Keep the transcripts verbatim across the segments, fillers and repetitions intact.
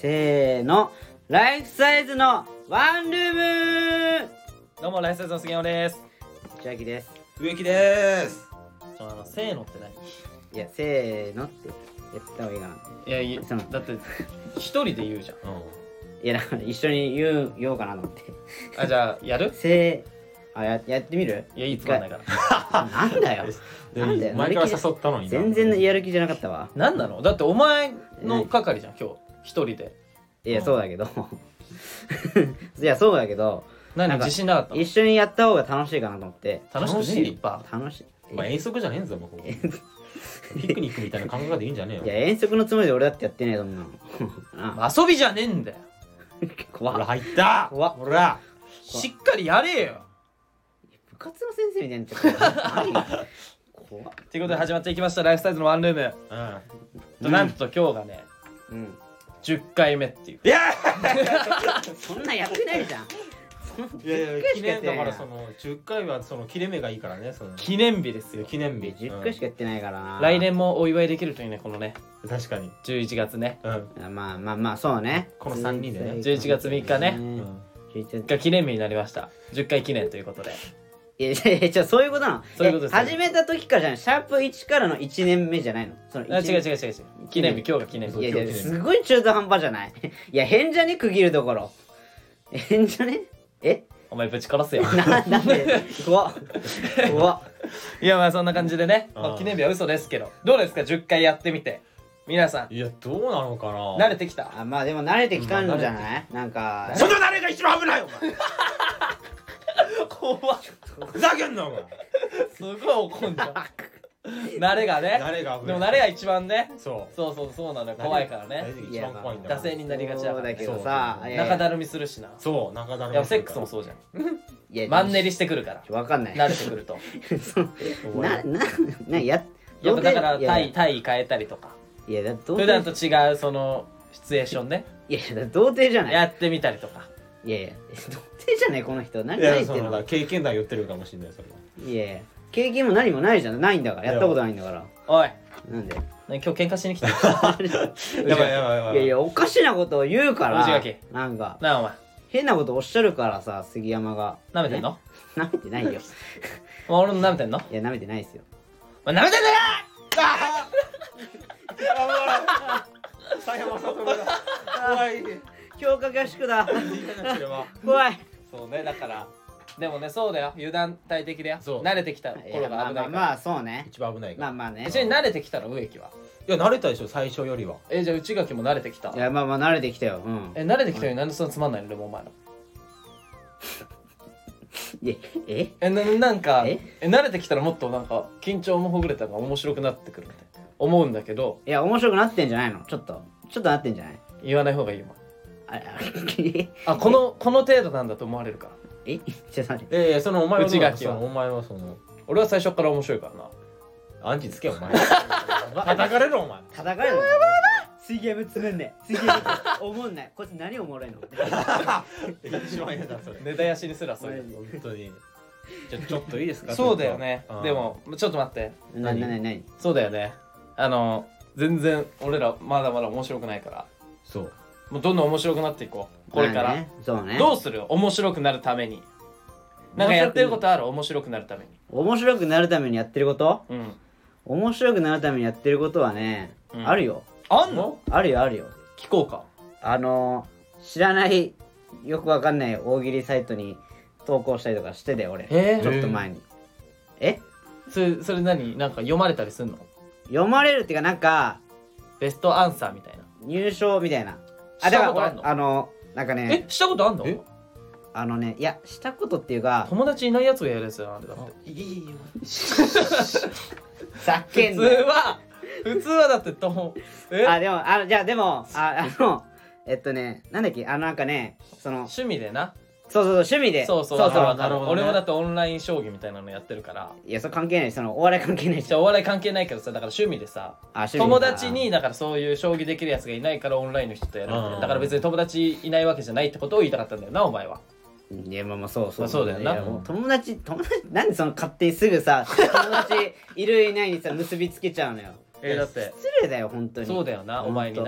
せーの、ライフサイズのワンルーム。 どうもライフサイズの杉山です。 千秋です。 植木です。 ちょあのせーのって何？ いや、せーのってやった方がいいかな。 いやいやそのだって一人で言うじゃん。 いや、だから一緒に言う言おうかなと思って。 あ、じゃあやる？ せーあややってみる？ いやいいつかんないから。 なんだよ。なんだよ。 前から誘ったのに全然やる気じゃなかったわ。 なんなの？だってお前の係じゃん今日一人で。 いや、そうだけど。いや、そうだけど。 何自信なかったの？ 一緒にやった方が楽しいかなと思って。 楽しくねえよ。 楽しい。 まあ遠足じゃねえんぞもうここ。ピクニックみたいな感覚でいいんじゃねえよ。 いや、遠足のつもりで俺だってやってねえそんなの。 遊びじゃねえんだよ。 怖っ。 ほら入った。 怖っ。 ほら。 しっかりやれよ。 部活の先生みたいになっちゃった怖っ。 ということで始まっていきましたライフサイズのワンルーム。うん。なんと今日がね、うん、じゅっかいめっていう。 いやそんなやってないじゃん。 いやいや記念だからそのじゅっかいはその切れ目がいいからね。その記念日ですよ。 記念日じゅっかいしかやってないからな。 来年もお祝いできるといいねこのね。 確かにじゅういちがつね。 うん。まあまあまあそうね。 このさんにんでね。 じゅういちがつみっかね。が記念日になりました。じゅっかい記念ということで。 いやいやいや、じゃあそういうことなの。 そういうことです。 始めた時からじゃない。シャープいちからのいちねんめじゃないの。そのあ、違う違う違う違う。記念日今日が記念日。 いやいやすごい中途半端じゃない。いや変じゃね区切るところ。変じゃね？え？ お前ぶち殺すよ。 ななんで？怖っ怖っ。 いやまあそんな感じでね。まあ記念日は嘘ですけど。どうですかじゅっかいやってみて。皆さん。 いやどうなのかな。 慣れてきた。 あまあでも慣れてきたんじゃない？なんか。 その慣れが一番危ないよお前。 怖っ。 ふざけんなお前。 すごい怒んじゃん。慣れがね。 慣れが危ない。 でも慣れが一番ね。 そうそうそうそうなのよ。怖いからね。 一番怖いんだ。 惰性になりがちだから。 だけどさ、 中だるみするしな。 そう中だるみ。 いやセックスもそうじゃん。 いやマンネリしてくるから。 わかんない。 慣れてくると。 なななや。 やっぱだから体体変えたりとか。 いやだ普段と違うそのシチュエーションね。 いやだ童貞じゃない。 やってみたりとか。 いやいや童貞じゃないこの人。何言ってんの？経験談言ってるかもしれないそれは。 いやいや経験も何もないじゃん。ないんだからやったことないんだから。 おいなんで？ 今日喧嘩しに来た。 やばいやばいやばい。 いやいやおかしなことを言うから。 藤垣なんかなあお前変なことおっしゃるからさ杉山が。 舐めてんの？ 舐めてないよ。 俺も舐めてんの？ いや舐めてないですよ。 お前舐めてんだよ！ 大変正人だ。怖い。 強化合宿だ。怖い。 そうねだからでもねそうだよ油断大敵だよ。慣れてきた頃が危ないから。 まあまあそうね。 一番危ないから。 まあまあね。 一緒に慣れてきたの植木は。 いや慣れたでしょ最初よりは。 えじゃあ内垣も慣れてきた。 いやまあまあ慣れてきたよ。うん。 え慣れてきたのになんでそんなつまんないのでもお前の。 えええななんかえ慣れてきたらもっとなんか緊張もほぐれたのが面白くなってくるみたいな思うんだけど。 いや面白くなってんじゃないの？ちょっとちょっとなってんじゃない？ 言わない方がいいよ。 ああこのこの程度なんだと思われるから。 えちょっと待って。 ええそのお前は内垣はお前はその俺は最初から面白いからな。 アンチつけお前。叩かれるお前。 叩かれるの？水ゲームつめんね。水ゲーム思んない。こいつ何おもろいの？ 一番嫌だそれ。 根絶やしにすらそういう本当に。じゃちょっといいですか？ そうだよね。でもちょっと待って。 何何何？ そうだよね。あの全然俺らまだまだ面白くないから。 そう。 もうどんどん面白くなっていこう。これから。 そうね。 どうする？面白くなるために。なんかやってることある？面白くなるために。 面白くなるためにやってること？ うん。 面白くなるためにやってることはね、あるよ。 あんの？ あるよあるよ。 聞こうか。 あの知らないよくわかんない大喜利サイトに投稿したりとかしてて俺。 えちょっと前に。え？ それそれ何？なんか読まれたりすんの？ 読まれるっていうかなんかベストアンサーみたいな。 入賞みたいな。 あだから俺あのなんかね。 えしたことあんの？ あのねいやしたことっていうか友達いないやつがやるやつよあれだって。いいいいざけんな。 普通は普通はだってともえあでもあじゃあでもああのえっとねなんだっけあのなんかねその趣味でな。 そうそうそう趣味でそうそうそうそうなるほど、ね、俺もだってオンライン将棋みたいなのやってるから。 いやそれ関係ないそのお笑い関係ないし。 じゃあお笑い関係ないけどさだから趣味でさあ友達にだからそういう将棋できるやつがいないからオンラインの人とやるんだから別に友達いないわけじゃないってことを言いたかったんだよなお前は。 いやまあまあそうそう、 まあ、そうだよな。 友達友達なんでその勝手にすぐさ友達いるいないにさ結びつけちゃうのよ。 えー、だって失礼だよ本当に。 そうだよなお前にな。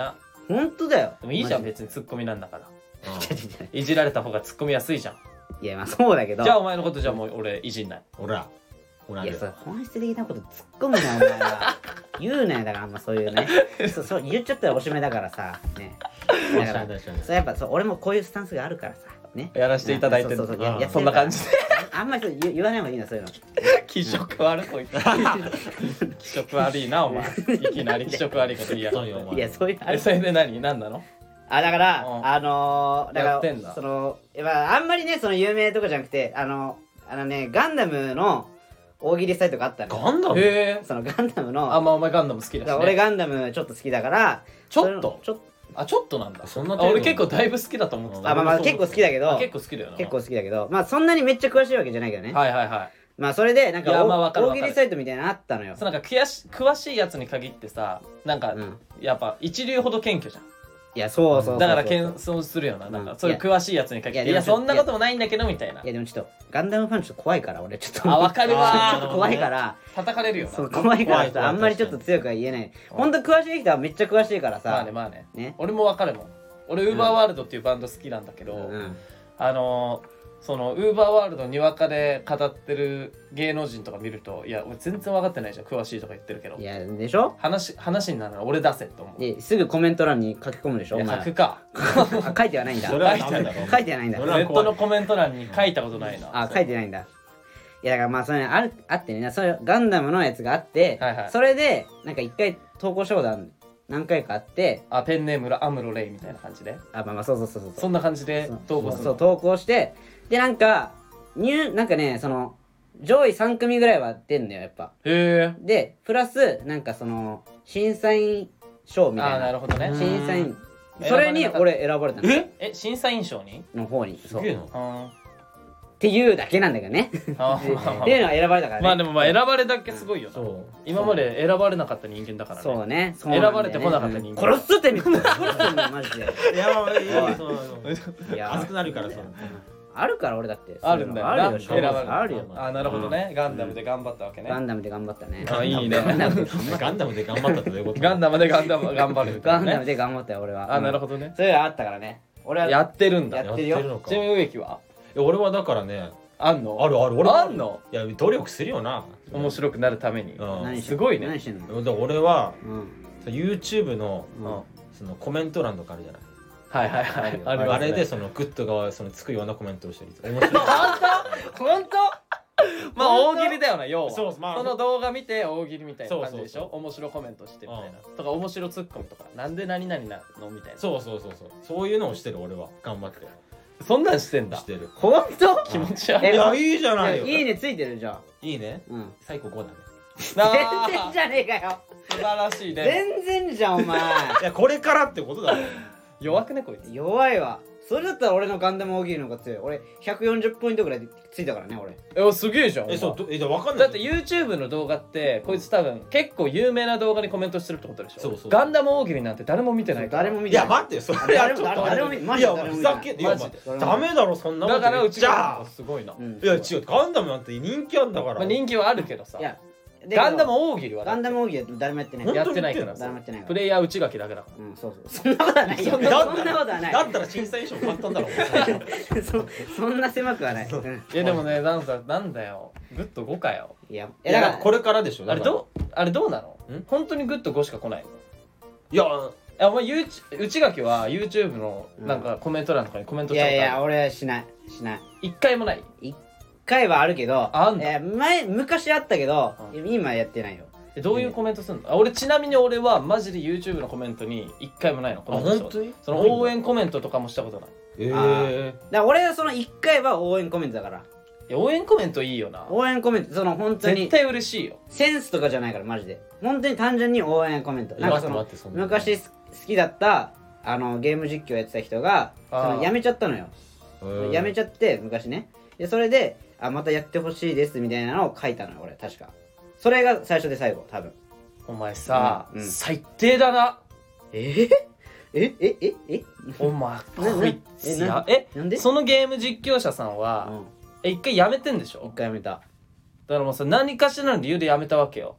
本当だよ。 でもいいじゃんマジで別にツッコミなんだからうんいじられた方がツッコみやすいじゃん。 いやまあそうだけど、 じゃあお前のことじゃあもう俺いじんない。 ほらほらいやそれ本質的なこと突っ込むなお前は言うなよだからあんまそういうねそうそう言っちゃったらおしまいだからさねだから確かにそれやっぱそう俺もこういうスタンスがあるからさねやらせていただいてるそうそうそうややってるからそんな感じであんまりそう言言わない方がいいなそういうの気色悪いこいつ気色悪いなお前いきなり気色悪いこと言いやがってそうよお前いやそういうあえれそれで何何なの。 あだから、 うんあのー、だからやってんだそのまああんまりねその有名とかじゃなくてあのあのねガンダムの大喜利サイトがあったのよガンダムへえ。 そのガンダムのあまあお前ガンダム好きだし、ね、 俺ガンダムちょっと好きだからちょっとそれちょっあちょっとなんだ。 そんな程度あ俺結構だいぶ好きだと思ってた。 とあまあまあ結構好きだけどあ結構好きだよな。 結構好きだけどまあそんなにめっちゃ詳しいわけじゃないけどね、 はいはいはい。 まあそれでなんかいやおまあわかるわかる大喜利サイトみたいなのあったのよそうなんか詳し詳しいやつに限ってさなんか、 うんやっぱ一流ほど謙虚じゃん。 いやそうそうそうそうだから謙遜するよな。なんかそういう詳しいやつに限っていやいやでもそんなこともないんだけどみたいないやでもちょっとガンダムファンちょっと怖いから俺ちょっとあわかるわちょっと怖いから叩かれるよな。 そう怖いから怖い怖いさあんまりちょっと強くは言えないほんと詳しい人はめっちゃ詳しいからさまあねまあねね俺もわかるもん。俺ウーバーワールドっていうバンド好きなんだけど、 うんあのーそのウーバーワールドにわかで語ってる芸能人とか見るといや俺全然分かってないじゃん詳しいとか言ってるけどいやでしょ話話になるなら俺出せって思う。 ですぐコメント欄に書き込むでしょお前いや書くかあ書いてはないんだそれはダメだろ書いてはないんだそネッれは怖いトのコメント欄に書いたことないな。 あ書いてないんだいやだからまあそういうのあるあってねそういうガンダムのやつがあって、 はいはいそれでなんか一回投稿したことある何回かあってあペンネームアムロレイみたいな感じであまあまあそうそうそうそうそんな感じで投稿するの。 そう投稿してでなんかニューなんかねその上位さん組ぐらいは出んのよやっぱへえ。 でプラスなんかその審査員賞みたいなあーなるほどね。 審査員うんそれに俺選ばれたのええ審査員賞にの方にそうっすげえなあていうだけなんだけどねーあーっていうのは選ばれたからねまあでもまあ選ばれだけすごいよな。 そう今まで選ばれなかった人間だからね。 そうねそうなんだよね選ばれてこなかった人間うん殺すってみ殺すってマジでいやまあいいよそういや熱くなるからさあるから俺だってあるんだよなあるよ選ばれあるよあーなるほどね。ガンダムで頑張ったわけね。 ガンダムで頑張ったねあいいね。 ガンダムでガンダムで頑張ったってどういうことガンダムでガンダム頑張るみたガンダムいなね。 で頑張ったよ俺はあなるほどどね。 そういうのあったからね俺はやってるんだ。 やってるよのかちなみに植木はいや俺はだからねあんのあるある俺もあんのいや努力するよな面白くなるために。 うん何してすごいね何してんのだから俺はうん YouTube のうんうんそのコメント欄とかあるじゃないはいはいはい。 あるよありますねあれでそのグッドがそのつくようなコメントをしてる面白い本当まあ大喜利だよな要は。 そうまあその動画見て大喜利みたいな感じでしそうそうょ。面白コメントしてみたいなう。 とか面白ツッコミとかなんで何々なのみたいな。 そうそうそうそうそういうのをしてる俺は頑張ってそんなんしてんだし。てる本当気持ち悪えい。 いやいいじゃないよいいねついてるじゃんいいねうん最高ごだねあー全然じゃねえかよ素晴らしいね。 全然じゃんお前いやこれからってことだろ弱くねこいつ。 弱いわそれだったら俺のガンダム大喜利の方が強い俺ひゃくよんじゅっポイントぐらいついたからね俺えすげえじゃん。 えそうどえじゃあ分かんないだって YouTube の動画ってこいつ多分結構有名な動画にコメントしてるってことでしょ。 そうそうガンダム大喜利なんて誰も見てないから。 い誰も見てないや待ってよそれは誰もちょっと誰も見マいやジで誰も見てないふざけんいやマジでお前ダメだろそんなことだからうちじゃがあすごいな。 うんいや違うガンダムなんて人気あんだからまあ人気はあるけどさい。やでガンダム大喜利はだってガンダム大喜利は誰もやってない本当やってないから誰もやってないからプレイヤー内垣だけだかうんそうそうそんなことはないよそんなことはないだったら審査員賞簡単だろそそんな狭くはないうんら。いやでもねなんかなんだよグッドごかよ。 いやいえだからやこれからでしょあれどうあれどうなのん？ 本当にグッドごしか来ないの？ いやえお前ユーチ内垣は YouTube のなんかコメント欄とかにコメントいしたことある？ やいや俺はしないしない一回もない。 一回はあるけどあんのえ前昔あったけどう今やってないよえどういうコメントするの？あ俺ちなみに俺はマジで YouTube のコメントに一回もないの。コメントしたことあ本当にその応援コメントとかもしたことない。 えあえだから俺はその一回は応援コメントだからいや応援コメントいいよな。 応援コメントその本当に絶対嬉しいよ。 センスとかじゃないからマジで本当に単純に応援コメントなんかその待って待ってそんな昔好きだったあのゲーム実況やってた人がそあーのやめちゃったのよやめちゃゃって昔ねでそれであまたやってほしいですみたいなのを書いたのよ俺確かそれが最初で最後多分お前さ、 うんうん最低だな。 えええええお前なこいつなやえなんでそのゲーム実況者さんうは、 んえ一回やめてんでしょ？ 一回やめただからもうさ何かしらの理由でやめたわけよ。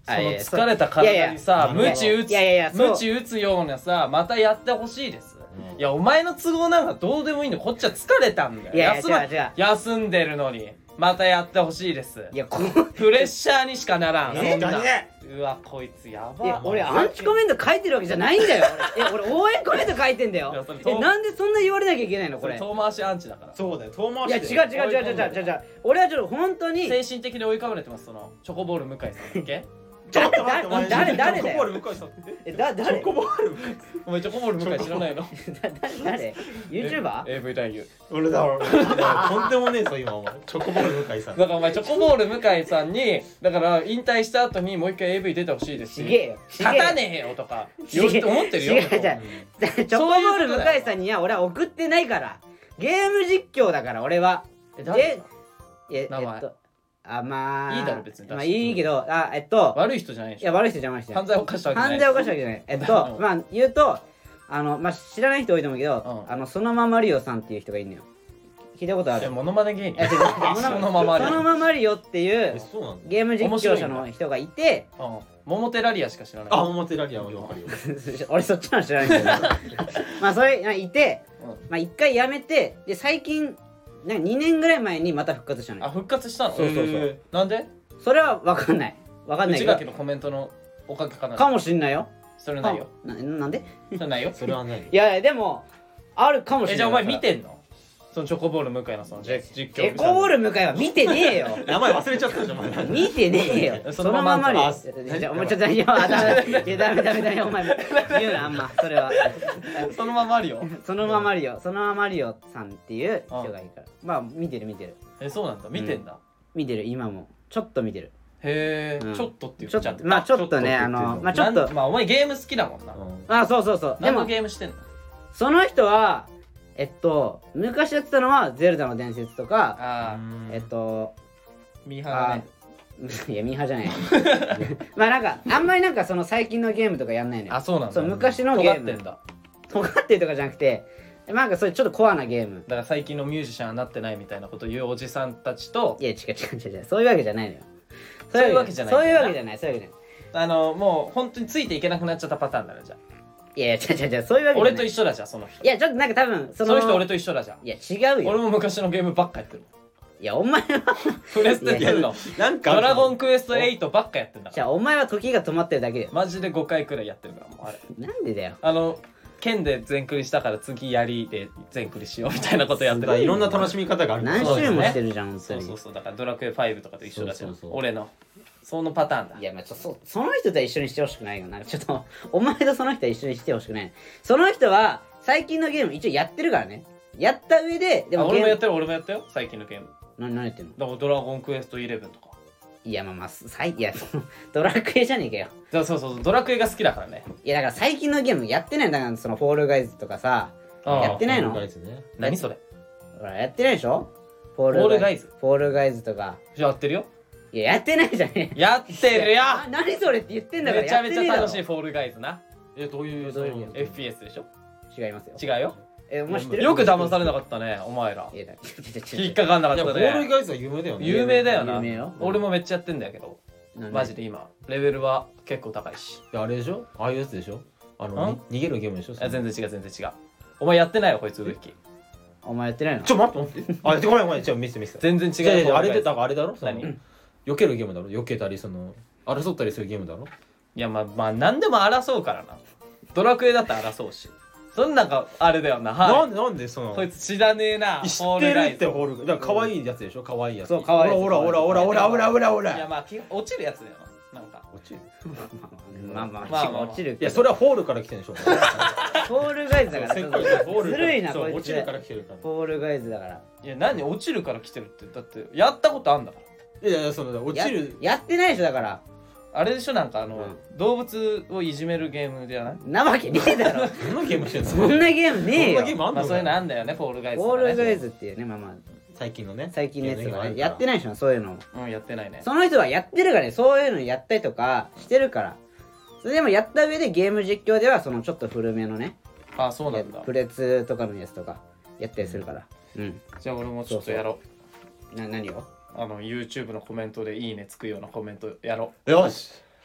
その疲れた体にさいやいやムチ打ついやいやいやそうムチ打つようなさまたやってほしいです、 うんいやお前の都合なんかどうでもいいのこっちは疲れたんだよいやいや休ま違う違う休んでるのにまたやってほしいですいやこプレッシャーにしかならんえそんな何ねうわこいつやばいや俺アンチコメント書いてるわけじゃないんだよ俺いや俺応援コメント書いてんだよいやそれえなんでそんな言われなきゃいけないのこれこれ遠回しアンチだからそうだよ遠回いやし違う違う違う違う違う違う違う俺はちょっと本当に精神的に追い込まれてますそのチョコボール向井さんだっけちょっと待ってお前誰誰だよチョコボール向井さんってえだチ誰ョコボール向井さんお前チョコボール向井知らないのだ誰 YouTuber? エーブイ 男優俺だろとんでもねえぞ今お前チョコボール向井さんだからお前チョコボール向井さんにだから引退した後にもう一回 エーブイ 出てほしいですちげえよ立たねえよとか言って思ってるよ違う違う違うチョコボール向井さんには俺は送ってないからゲーム実況だから俺はえ誰だええ名前えっとあまあいいだろ別にまあいいけどあえっと悪い人じゃないでしょいや悪い人じゃない人じゃない犯罪を犯したわけじゃない犯罪を犯したわけじゃないえっとうんまあ言うとあのまあ知らない人多いと思うけどうんあのそのままリオさんっていう人がいるのよ聞いたことあるいやモノマネ芸人いや違う違うそのままリオそのままリオっていうえそうなんだゲーム実況者の人がいてうんモモテラリアしか知らないあ表ラリアはわかるよ俺そっちの知らないんですけどまあそれいてうんまあ一回やめてで最近なんかにねんぐらい前にまた復活したのよあ復活したのそうそうそうへーなんでそれは分かんない分かんないけど内垣のコメントのおかげかなかもしんないよそれないよななんでそれないよそれはないいやいやでもあるかもしれないえじゃあお前見てんのそのチョコボール向井のその実実況エコール向井は見てねえよ名前忘れちゃったじゃんお前見てねえよそそのままのままにあじゃあお前ちょっといやダメいやダメダメダメお前言うなあんまそれはそのままあるよそのままリオそのままリオさんっていう人がいるからまあ見てる見てるえそうなんだ見てんだ見てる今もちょっと見てるへえうんちょっとってちょ言っちゃったっとまあちょっとねあちょっとって言ってんののまあちょっとなんまあお前ゲーム好きだもんなうんあそうそうそうで何のもゲームしてんのその人はえっと昔やってたのはゼルダの伝説とかああえっとミーハーだあねいやミーハーじゃないまあなんかあんまりなんかその最近のゲームとかやんないのよあそうなんだそう昔のゲーム尖ってんだ尖ってるとかじゃなくてなんかそういうちょっとコアなゲームだから最近のミュージシャンになってないみたいなこと言うおじさんたちといや違う違う違う違うそういうわけじゃないのよそういうわけじゃないそういうわけじゃないそういうわけじゃないあのもう本当についていけなくなっちゃったパターンだねじゃあいやいや違う違う違うそういうわけじゃ俺ないと一緒だじゃんその人いやちょっとなんか多分そのその人俺と一緒だじゃんいや違うよ俺も昔のゲームばっかやってるいやお前はプレステテンのなんかドラゴンクエストエイトばっかやってんだからじゃあお前は時が止まってるだけだよマジでごかいくらいやってるからもうあれなんでだよあの剣で全クリしたから次槍で全クリしようみたいなことやってるだからいろんな楽しみ方がある何そうですね周もしてるじゃん本当にそうそうそうだからドラクエファイブとかと一緒だじゃんそうそうそう俺のそのパターンだいやまあちょそその人とは一緒にしてほしくないよなんかちょっとお前とその人は一緒にしてほしくないその人は最近のゲーム一応やってるからねやった上でであもゲーム俺もやってる俺もやったよ最近のゲームな何やってんのだからドラゴンクエストイレブンとかいやまあまあさいいやそのドラクエじゃねえかよだからそうそうそうドラクエが好きだからねいやだから最近のゲームやってないんだからそのフォールガイズとかさああやってないのフォールガイズね何それほらやってないでしょフォフォールガイズフォールガイズとかじゃあやってるよいややってないじゃねえやってるよあ何それって言ってんだからめちゃめちゃ楽しいやってねフォールガイズなえどういうどういうゲームエフピーエス でしょえだろ違いますよ違うよえお前知ってるよく騙されなかったねお前らいやだ引っかかんなかいやったフォールねガイズは有名だよね有名だよな有名よ俺もめっちゃやってんだけどマジで今レベルは結構高いしいやあれでしょああいうやつでしょあのんに逃げるゲームでしょあ全然違う全然違うお前やってないよこいつ植木お前やってないのちょ待って待ってあごめんごめんちょ見せて見せて全然違う違う違うあれでだからあれだろその何避けるゲームだろ避けたりその争ったりするゲームだろいやまあまあ何でも争うからなドラクエだったら争うしそんなんかあれだよなはいなんでなんでそのこいつ知らねえな知ホーってるってルガイズホールだから可愛いやつでしょ可愛いやつそう可愛いやつほらほらほらほらほらほらほらほいやらまあ基本落ちるやつだよななんか落ちるまあまあまあまあ落ちるいやそれはフォールから来てるんでしょフォールガイズだからせっちょっかくフォールとずるいなそうこいつ落ちるから来てるからフォールガイズだからいや何落ちるから来てるってだってやったことあんだからいやいやその落ちるややってないでしょだからあれでしょなんかあの、 う動物をいじめるゲームじゃないなわけねえだろどんなゲームしてんのそんなゲームねえよそんなゲームあんのまあそういうのあんだよねフォールガイズフォーとかねルガイズっていうねまあまあ最近のね最近のやつがねやってないないでしょそういうのうんやってないねその人はやってるからねそういうのやったりとかしてるからそれでもやった上でゲーム実況ではそのちょっと古めのねあそうなんだプレツとかのやつとかやったりするからうんじゃあ俺もちょっとやろな何をうあの YouTube のコメントでいいねつくようなコメントやろよし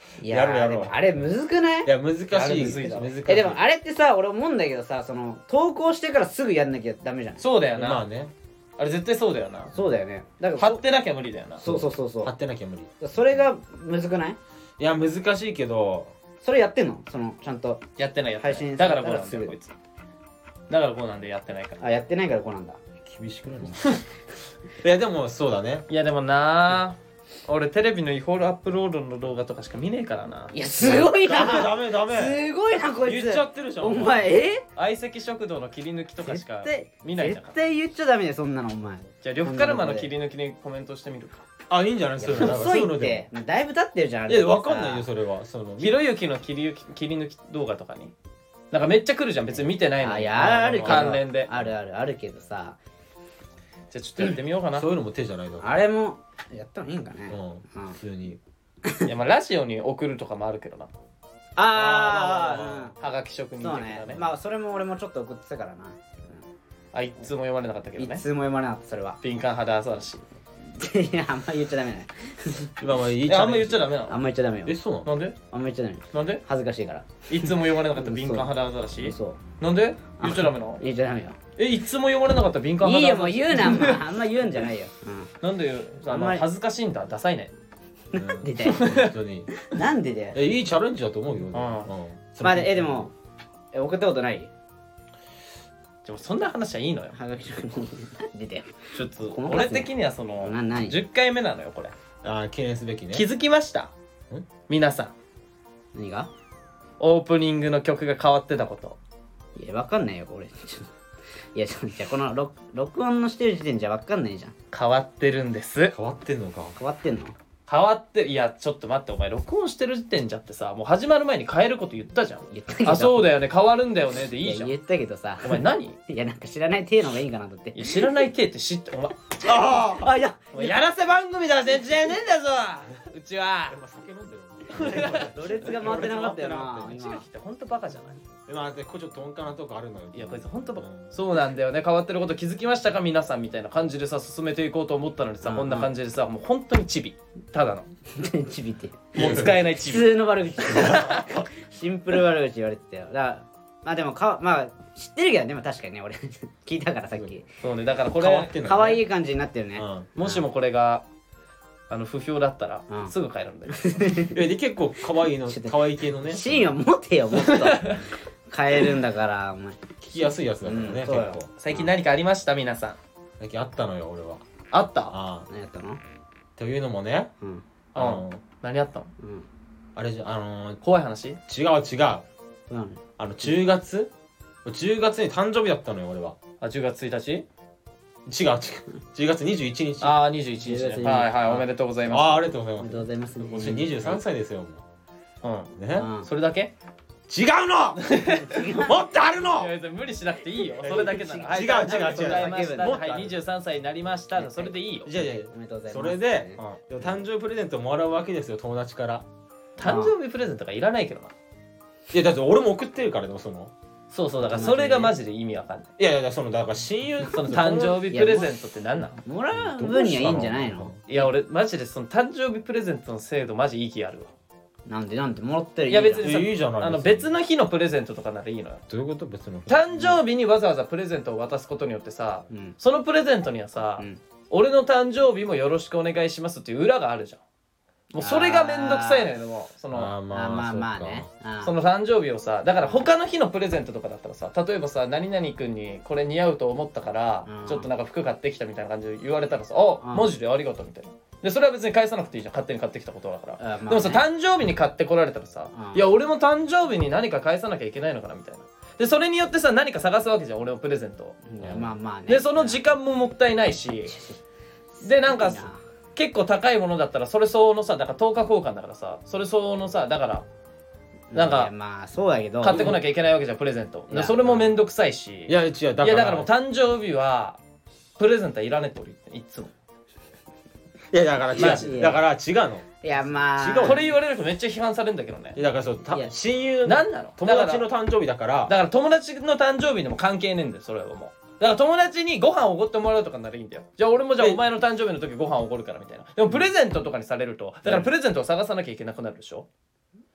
いややろうやろうーでもあれむずくないいや難しいあれむずいだろ難しいえでもあれってさ俺思うんだけどさその投稿してからすぐやんなきゃダメじゃんそうだよな、 まあねあれ絶対そうだよな。 そうだよねだから貼ってなきゃ無理だよな。 そうそうそうそう貼ってなきゃ無理それがむずくないいや難しいけどそれやってんのそのちゃんとやってないやってない配信だからこうなんされたらすぐだよこいつ。だからこうなんでやってないから。 あやってないからこうなんだ厳しくないいやでもそうだねいやでもなー俺テレビの違法アップロードの動画とかしか見ねえからな。 いやすごいダメなダメダメすごいなこいつ言っちゃってるじゃん。 お前え相席食堂の切り抜きとかし絶か対見ないじゃん絶。対言っちゃダメだよそんなのお前じゃあ呂布カルマの切り抜きにコメントしてみるか。 あいいんじゃないそういうのだから遅そういうのいってでだいぶ経ってるじゃんあいれやわかんないよそれはそのひろゆきの切り抜き切り抜き動画とかになんかめっちゃ来るじゃん別に見てないのに。 あいやあるけど関連で。 あるあるあるけどさじゃあちょっとやってみようかな。 そういうのも手じゃないだろあれもやったのいいんかねうん普通にいやまあラジオに送るとかもあるけどな。 ああはがき職人的そうなね。 ねまあそれも俺もちょっと送ってたからなあ一通も読まれなかったけどね。 いつも読まれなかったそれは敏感肌アザラシ。 いやあんま言っちゃダメねまあまあいいえあんま言っちゃダメなあの？ んま言っちゃダメよえそうなのなんで？ あんま言っちゃダメよなんで？ 恥ずかしいからいつも読まれなかった敏感肌アザラシ？ そうなんで？言っちゃダメなの？ 言っちゃダメよえいつも読まれなかった敏感いいよもう肌アザラシ？ 言うなあんまあんま言うんじゃないよなんであのあんまり恥ずかしいんだダサいね。 うんなんでだよ本当になんでだよえいいチャレンジだと思うようんまあでえでもえ送ったことないでもそんな話はいいのよ。 はがき職人なんでだよちょっと細かすぎ俺的にはそのな何じゅっかいめなのよこれ。 あー記念すべきね気づきました？ ん皆さん何がオープニングの曲が変わってたこと。 いやわかんないよ俺ちょっといやちょっとじゃあこの録録音のしてる時点じゃわかんないじゃん変わってるんです。 変わってんのか変わってんの変わっていやちょっと待ってお前録音してる時点じゃってさもう始まる前に変えること言ったじゃん。 言ったけどあそうだよね変わるんだよねでいいじゃん。 いや言ったけどさお前何？いいやなんか知らない体のがいいかなと思ってや知らない体って知ってお前ああいやお前やらせ番組だ全然ねえんだぞうちは。 あ酒飲んでるろれつが回ってなかったよな今うちが来てほんとバカじゃない？ まあでこれちょっとトンカなとこあるのよいやこいつほんとバカ、 うんそうなんだよね変わってること気づきましたか皆さんみたいな感じでさ進めていこうと思ったのにさ、 うんこんな感じでさもう本当にチビただのちびってもう使えないチビ普通の悪口シンプル悪口言われてたよだからまあでもかまあ知ってるけどねまあ確かにね俺聞いたからさっきそうねだからこれ変わってんのね可愛い感じになってるねうんもしもこれがあの不評だったら、 うんすぐ帰るんだよえで結構可愛いのちょっと可愛い系のねシーンを持てよもっと変えるんだからお前聞きやすいやつだからね結うんそうよ構最近何かありました皆さん最近あったのよ俺はあったああ何やったのというのもねうんあの何あったのうんあれじゃあの怖い話違う違うそうなのあのじゅうがつじゅうがつに誕生日だったのよ俺はあじゅうがつついたち違う違うじゅうがつにじゅういちにちあああにじゅういちにちじゅうがつにねはいはいおめでとうございあまありがとうございおめますでとうございますもうにじゅうさんさいですよもすうんうねうんそれだけ違うのもっとあるのいや別に無理しなくていいよそれだけなら違うはい違う違うはいございましたもっとあるはいにじゅうさんさいになりましたそれでいいよじゃあじゃおめでとうございますそれでうんあ誕生日プレゼントもらうわけですよ友達から誕生日プレゼントがいらないけどないやだって俺も送ってるからでもそのそうそうだからそれがマジで意味わかんないいやいやそのだから親友その誕生日プレゼントって何なのもらう分にはいいんじゃないのいや俺マジでその誕生日プレゼントの制度マジいい気あるわなんでなんでもらったらいいいや別にさいいじゃないあの別の日のプレゼントとかならいいのよどういうこと別の誕生日にわざわざプレゼントを渡すことによってさうんそのプレゼントにはさ、 うん俺の誕生日もよろしくお願いしますっていう裏があるじゃんもうそれがめんどくさいのよでもそのあーまあまあまあそっかねあーその誕生日をさだから他の日のプレゼントとかだったらさ例えばさ何々君にこれ似合うと思ったからうんちょっとなんか服買ってきたみたいな感じで言われたらさ「あうんマジでありがとう」みたいなでそれは別に返さなくていいじゃん勝手に買ってきたことだから、 あーまあねでもさ誕生日に買ってこられたらさうんいや俺も誕生日に何か返さなきゃいけないのかなみたいなでそれによってさ何か探すわけじゃん俺のプレゼントをいやまあまあねでその時間ももったいないしでなんかいいな結構高いものだったらそれ相応のさだからとおか交換だからさそれ相応のさだからなんかいやまあそうだけど買ってこなきゃいけないわけじゃんプレゼントいやでそれもめんどくさいしいや違うだからいやだからもう誕生日はプレゼントはいらねえって俺言ってんいっつもいやだからまあ違うだから違うのいやまあ違うこれ言われるとめっちゃ批判されるんだけどねいやだからそうたいや親友何なの友達の誕生日だからだから友達の誕生日でも関係ねえんだよそれはもうだから友達にご飯おごってもらうとかならいいんだよじゃあ俺もじゃあえお前の誕生日の時ご飯おごるからみたいなでもプレゼントとかにされるとだからプレゼントを探さなきゃいけなくなるでしょ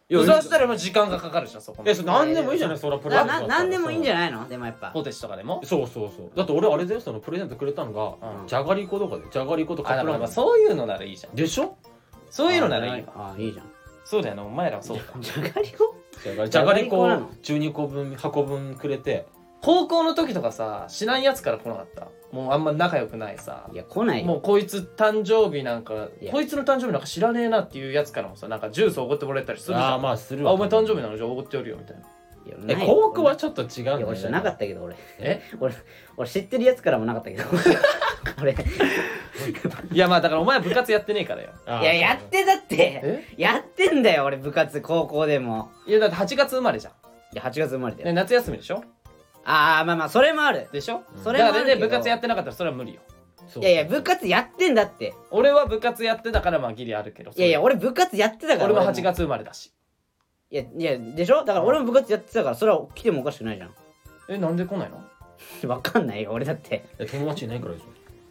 いやそうしたらもう時間がかかるじゃんそこえそれ何でもいいじゃないそれはプレゼントだったらなんでもいいんじゃないないのでもやっぱポテチとかでもそうそうそうだって俺あれだよそのプレゼントくれたのがうんじゃがりことかでじゃがりことカあだからまあップラーメンそういうのならいいじゃんでしょそういうのならいいわあいいじゃんそうだよなお前らはそうかじゃがりこじゃがりじゃがりこなのじゅうにこぶん箱分くれて高校の時とかさ知らんやつから来なかったもうあんま仲良くないさいや来ないよもうこいつ誕生日なんかいやこいつの誕生日なんか知らねえなっていうやつからもさなんかジュースおごってもらえたりするじゃんああまあするわあお前誕生日なのじゃあおごってやるよみたいないやえないよ高校はちょっと違うんだよねいや俺じゃなかったけど俺え俺俺知ってるやつからもなかったけど俺いやまあだからお前は部活やってねえからよあーいややってだってえやってんだよ俺部活高校でもいやだってはちがつ生まれじゃんいやはちがつ生まれだよね夏休みでしょああまあまあそれもあるでしょそれもあるけどだからね部活やってなかったらそれは無理よそういやいや部活やってんだって俺は部活やってたからまあギリあるけどいやいや俺部活やってたから俺ははちもがつ生まれだしいやいやでしょだから俺も部活やってたからそれは来てもおかしくないじゃんえなんで来ないのわかんないよ俺だってえ友達いないからでしょ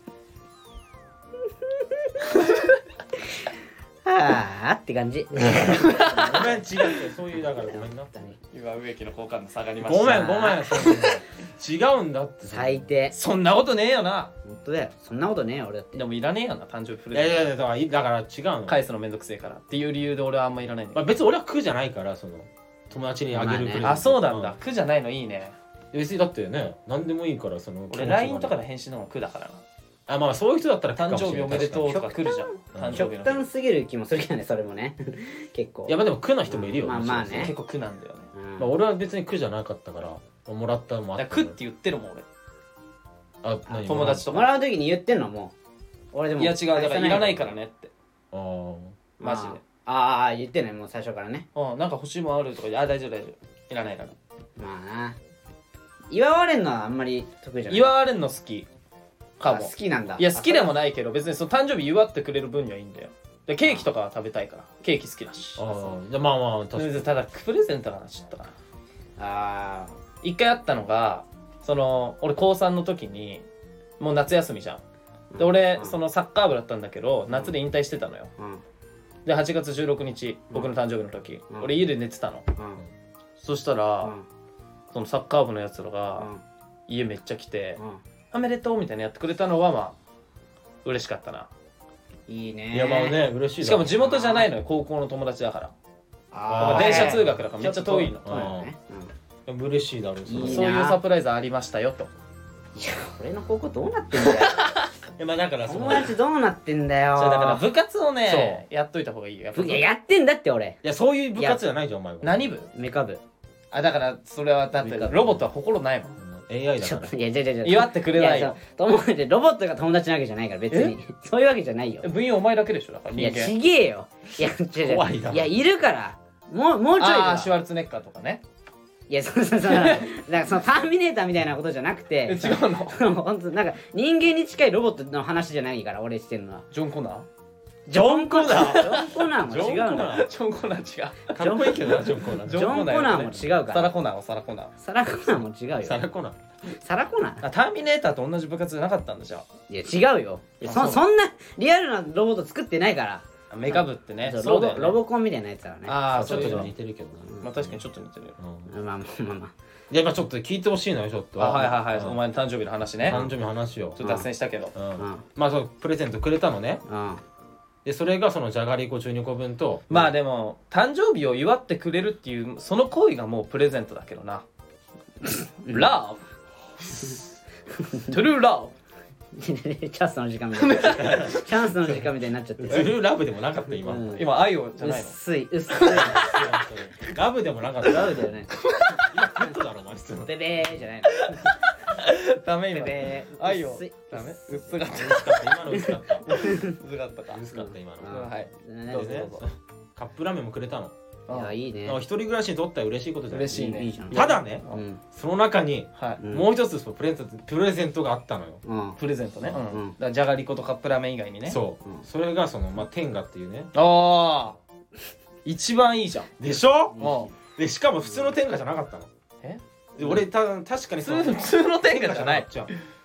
はあって感じごめん違うそういうだからごめんな今植木の好感度下がりましたごめんごめんそう違うんだって最低そんなことねえよな本当だよそんなことねえよ俺だってでもいらねえよな誕生日プいやいレゼンやいやだからいだから違うのト返すのめんどくせえからっていう理由で俺はあんまいらないんだまあ、別に俺は苦じゃないからその友達にあげるプレゼント、 まああそうなんだ苦じゃないのいいねうん別にだってね何でもいいからその俺 ライン とかで返信の方が苦だからなあまあそういう人だったら誕生日おめでとうとか来るじゃん誕生極日の日端すぎる気もするけどねそれもね結構いやまあでも苦な人もいるよ、 まあまあね結構苦なんだよねうんまあ、俺は別に苦じゃなかったからもらったのもあっただから苦って言ってるもん俺あ何友達とかもらう時に言ってんのもう俺でもいや違うだからいらないからねってあーマジでああ言ってないもう最初からねうんなんか欲しいもんあるとかあ大丈夫大丈夫いらないからまあな祝われんのはあんまり得意じゃない祝われんの好きかあも好きなんだいや好きでもないけど別にその誕生日祝ってくれる分にはいいんだよでケーキとかは食べたいからケーキ好きだしあーじゃあまあまあ確かにただプレゼントかなちょっとかなあ一回あったのがその俺高さんの時にもう夏休みじゃんで俺うんそのサッカー部だったんだけど夏で引退してたのよあうんではちがつじゅうろくにち僕の誕生日の時うん俺家で寝てたのうんそしたうらんそのサッカー部のやつらうがん家めっちゃ来てうんおめでとうみたいなやってくれたのはまあ嬉しかったないいねいやまあね嬉しいだしかも地元じゃないのよ高校の友達だからあー電車通学だからめっちゃ遠いのそうだよねうん嬉しいだろうそれいいなそういうサプライズありましたよといや俺の高校どうなってんだよえまあだからその友達どうなってんだよじゃあだから部活をねやっといた方がいいよやっぱいややってんだって俺いやそういう部活じゃないじゃんお前は何部メカ部あだからそれはだってロボットは心ないもんうん エーアイ だからちょっといやじゃじゃじゃ祝ってくれないよやそう友達ロボットが友達なわけじゃないから別にそういうわけじゃないよ部員お前だけでしょだからいや人間ちげえよいやちょちょ怖いないやいるからもうもうちょいだああシュワルツェネッカーとかねいやそうそうそうだからそのターミネーターみたいなことじゃなくえて違うの本当なんか人間に近いロボットの話じゃないから俺してるのはジョン・コナージョン・コナージョン・コナーも違うんだジョン・コナー違うかっこいいけどなジョンコーナージョンコナーも違うからサラ・コナーはサラ・コナーサラ・コナーも違うよサラコナーサラ・コナーあターミネーターと同じ部活じゃなかったんだじゃいや違うよいやそあそうそんなリアルなロボット作ってないからあメカ部ってねそうそうだよねロボロボコンみたいなやつだからねああちょっとそういうの似てるけどなまあ確かにちょっと似てるようんまあまあまあまあいやまあちょっと聞いてほしいのよちょっとあはいはいはいうんお前の誕生日の話ね誕生日の話をちょっと脱線したけどうんうんまあそうプレゼントくれたのねうんでそれがそのじゃがりこじゅうにこぶんとまあでも誕生日を祝ってくれるっていうその行為がもうプレゼントだけどなラブトゥルーラチャンスの時間みたいなチャンスの時間みたいになっちゃってズルーラブでもなかった今うんブ今愛をじゃないの薄い薄いラブでもなかったラウだよね今カットだろお前普通のベベーじゃないのベダメ今ベー愛を薄いダメ薄かっ今の薄かったた薄かったか薄かった今うんのうんはい何どうぞでねどうぞカップラーメンもくれたのいやいいね一人暮らしにとっては嬉しいことじゃない嬉しいねいいじゃんただねうんその中にはいうんもう一つそのプレゼントプレゼントがあったのようんプレゼントねうんうんだからじゃがりことカップラーメン以外にねそううんそれがそのまあ天下っていうねああ一番いいじゃんでしょもでしかも普通の天下じゃなかったのえで俺た確かにう普通普通の天下じゃないじゃん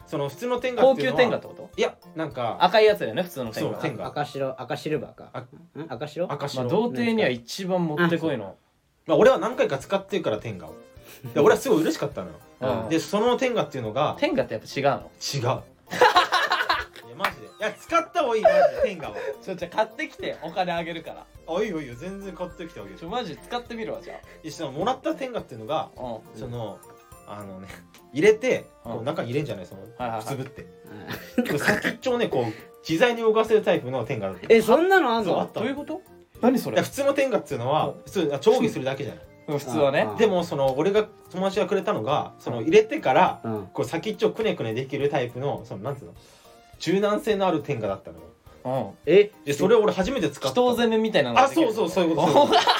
その普通の天下高級っていうのは天下ってこと？ いやなんか赤いやつだよね普通の天下。 そう天下赤白赤シルバーかあん赤白赤白、 まあ童貞には一番もってこいの。 まあ、俺は何回か使ってるから天下をで俺はすごい嬉しかったのようんでその天下っていうのが天下ってやっぱ違うの？ 違ういやマジでいや使った方がいいマジで天下はちょじゃあ買ってきてお金あげるから。 あいいよいいよ全然買ってきてあげるちょマジ使ってみるわじゃ一緒もらった天下っていうのがあ。うん。 そのあのね入れてこううん中に入れんじゃないそのはいはいはいくすぶって先っちょをねこう自在に動かせるタイプの天下だったえそんなのあんのそうあったのどういうこと？何それいや？普通の天下っていうのは普通上下するだけじゃない普通はねあ。 でもその俺が友達がくれたのがその入れてからうんこう先っちょくねくねできるタイプのそのなんつうの柔軟性のある天下だったのようん。 えでそれを俺初めて使った人攻めみたいなのがあできるそうそうそういうことそういうこ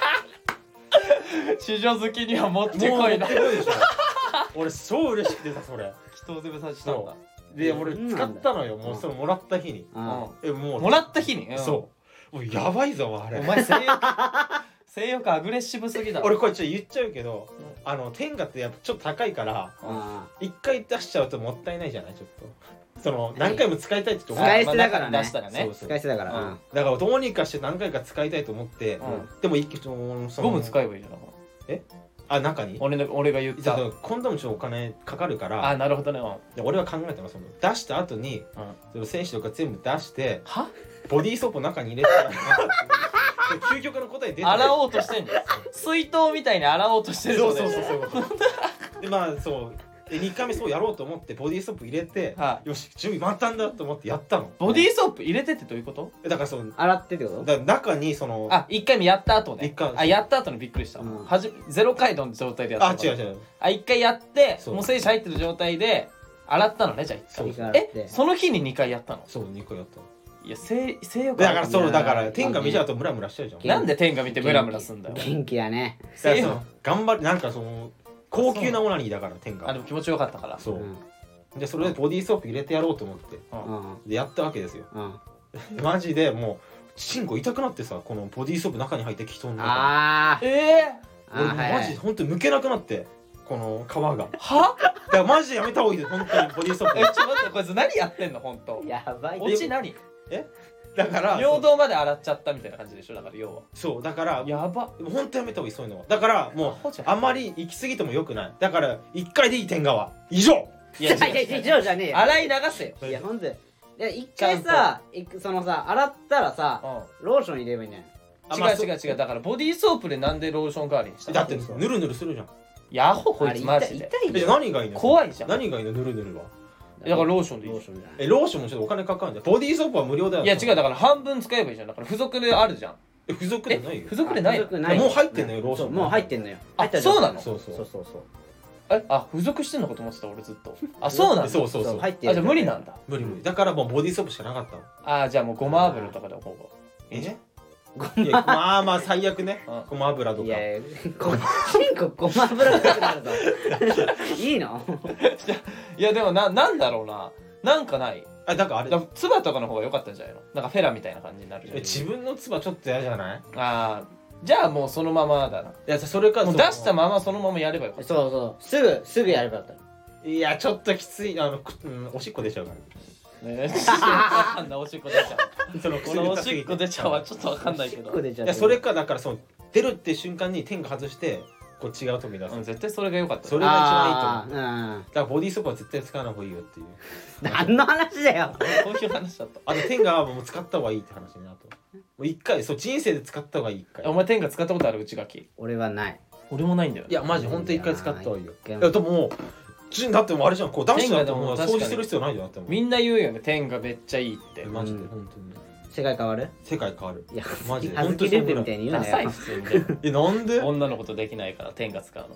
市場好きにはもっとてこいな。 もう持ってこいでしょ俺超嬉しくてさそれ人攻めさせたんだ。 で俺使ったのよもうそれもらった日にあえもうもらった日に。 そうもうやばいぞあれお前性欲性欲アグレッシブすぎだろ。 俺これちょっと言っちゃうけどあの天下ってやっぱちょっと高いからあ一回出しちゃうともったいないじゃないちょっとその何回も使いたいって思う使い捨てだからねまあ中に出したらねそう。そう使い捨てだからうんうんだからどうにかして何回か使いたいと思って、 うんでも一気そのそのゴム使えばいいじゃん。 あ中に俺の俺が言った。 じゃあコンドームちょっとお金かかるからあなるほどね。うんで俺は考えたのその出した後にうんその選手とか全部出しては？ ボディーソープを中に入れたら究極の答え出て洗おうとしてんじゃん。水筒みたいに洗おうとしてるそうってことそうそうだよねそういうことでまあそうでにかいめそうやろうと思ってボディーソープ入れて、 はよし準備満タンだと思ってやったのボディーソープ入れてってどういうこと？ だからその洗ってってことだから中にそのあ一回目やった後ね一。回あやった後にびっくりした。 うんはじゼロ回の状態でやったあのかな。 違う違うあ一回やってそうもう精子入ってる状態で洗ったのねじゃあ一回。 そう洗ってえその日ににかいやったの？ そうにかいやったのいや性性欲だからそういやだから天下見ちゃうとムラムラしちゃうじゃんなんで天下見てムラムラすんだよ。 元気だねだから性欲その頑張りなんかその高級なオナニーだから天下あでも気持ちよかったから。 そうう、 んでそれでボディーソープ入れてやろうと思ってうんでやったわけですようんマジでもうチンコ痛くなってさこのボディーソープ中に入ってきとんのかあーええあ俺もうーはいはいマジ本当に剥けなくなってこの皮がだかは？ らマジでやめた方がいいです本当にボディーソーえちょっと待ってこいつ何やってんの本当。 やばいオチ何？ プだから尿道まで洗っちゃったみたいな感じでしょだから要は。 そうだからやば。 でも本当やめた方がいいそういうのはだからもうアホじゃんあんまり行き過ぎてもよくないだからいっかいでいい天下は以上いやいやいや以上じゃねえよ洗い流せよ。 いやほんといや一回さいくそのさ洗ったらさうローション入れればいいんじゃないあまあん違う違う違うだからボディーソープでなんでローション代わりにしたの？ だってぬるぬるするじゃんやほこいあれ痛いつマジで。 え痛いよ何がいいの怖いじゃん。 何がいいのぬるぬるはだからローションでいいローションじゃないえローションもちょっとお金かかるんだよボディーソープは無料だよいや違うだから半分使えばいいじゃんだから付属であるじゃん。 え付属でないよ付属でないの？ 付属ないもう入ってんのよローションそうもう入ってんのよあ入ったそうなのそうそうそうそうそうえあ付属してんのかと思ってた俺ずっと。あそうなんだ。 そうそうそう入ってるあじゃあ無理なんだ。 無理無理だからもうボディーソープしかなかったのあじゃあもうごま油とかでほぼいいじゃん。 いやまあまあ最悪ねうんごま油とかいやいやごチンコごま油臭くなるぞいいのいやでもななんだろうななんかない。 あだからあれだから唾とかの方が良かったんじゃないの？なんかフェラみたいな感じになるじゃん。 え自分の唾ちょっと嫌じゃないあーじゃあもうそのままだな。 いやそれかもう出したままそのままやればよかった。 そうそうすぐすぐやればよかったいやちょっときついあのく、うん、おしっこ出ちゃうからねえわかんないおしっこ出ちゃう。 そのこのおしっこ出ちゃうはちょっとわかんないけど。 すぐ出ちゃっていやそれかだからその出るって瞬間に天が外してこう違うとこに出す、 うん絶対それが良かった。 それがあーうんだからボディーソープは絶対使わない方がいいよっていう何の話だよこういう話だった。 あと天がもう使った方がいいって話になるともう一回そう人生で使った方がいい一回お前天下使ったことある内垣？ 俺はない俺もないんだよ。 いやマジ本当一回使った方がいいよいやいやでももうちだってもうあれじゃんこう出したらもう天下でも掃除する必要ないじゃんだってもうみんな言うよね天下めっちゃいいってえ。マジでうん本当に世界変わる世界変わるいやマジで恥ずきループみたいに言うダサいなよ普通にでもえなんで女の子とできないから天下使うの。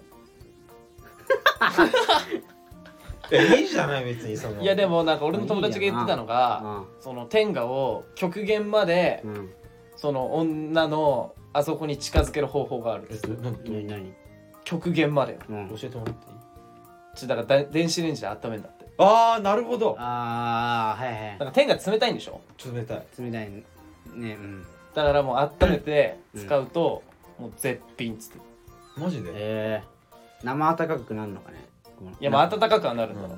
えいいじゃない別にそのいやでもなんか俺の友達が言ってたのがうその天下を極限までんうんその女のあそこに近づける方法があるんです。 えなん何何極限までよ。 うん教えてもらっていいちょだからだ電子レンジで温めるんだって。 ああなるほどああはいはいだから天下冷たいんでしょ？ 冷たい冷たいねうんだからもう温めてうん使うともう絶品っつって。 マジでええ生温かくなるのかねいやまあ温かくはなるんだろう。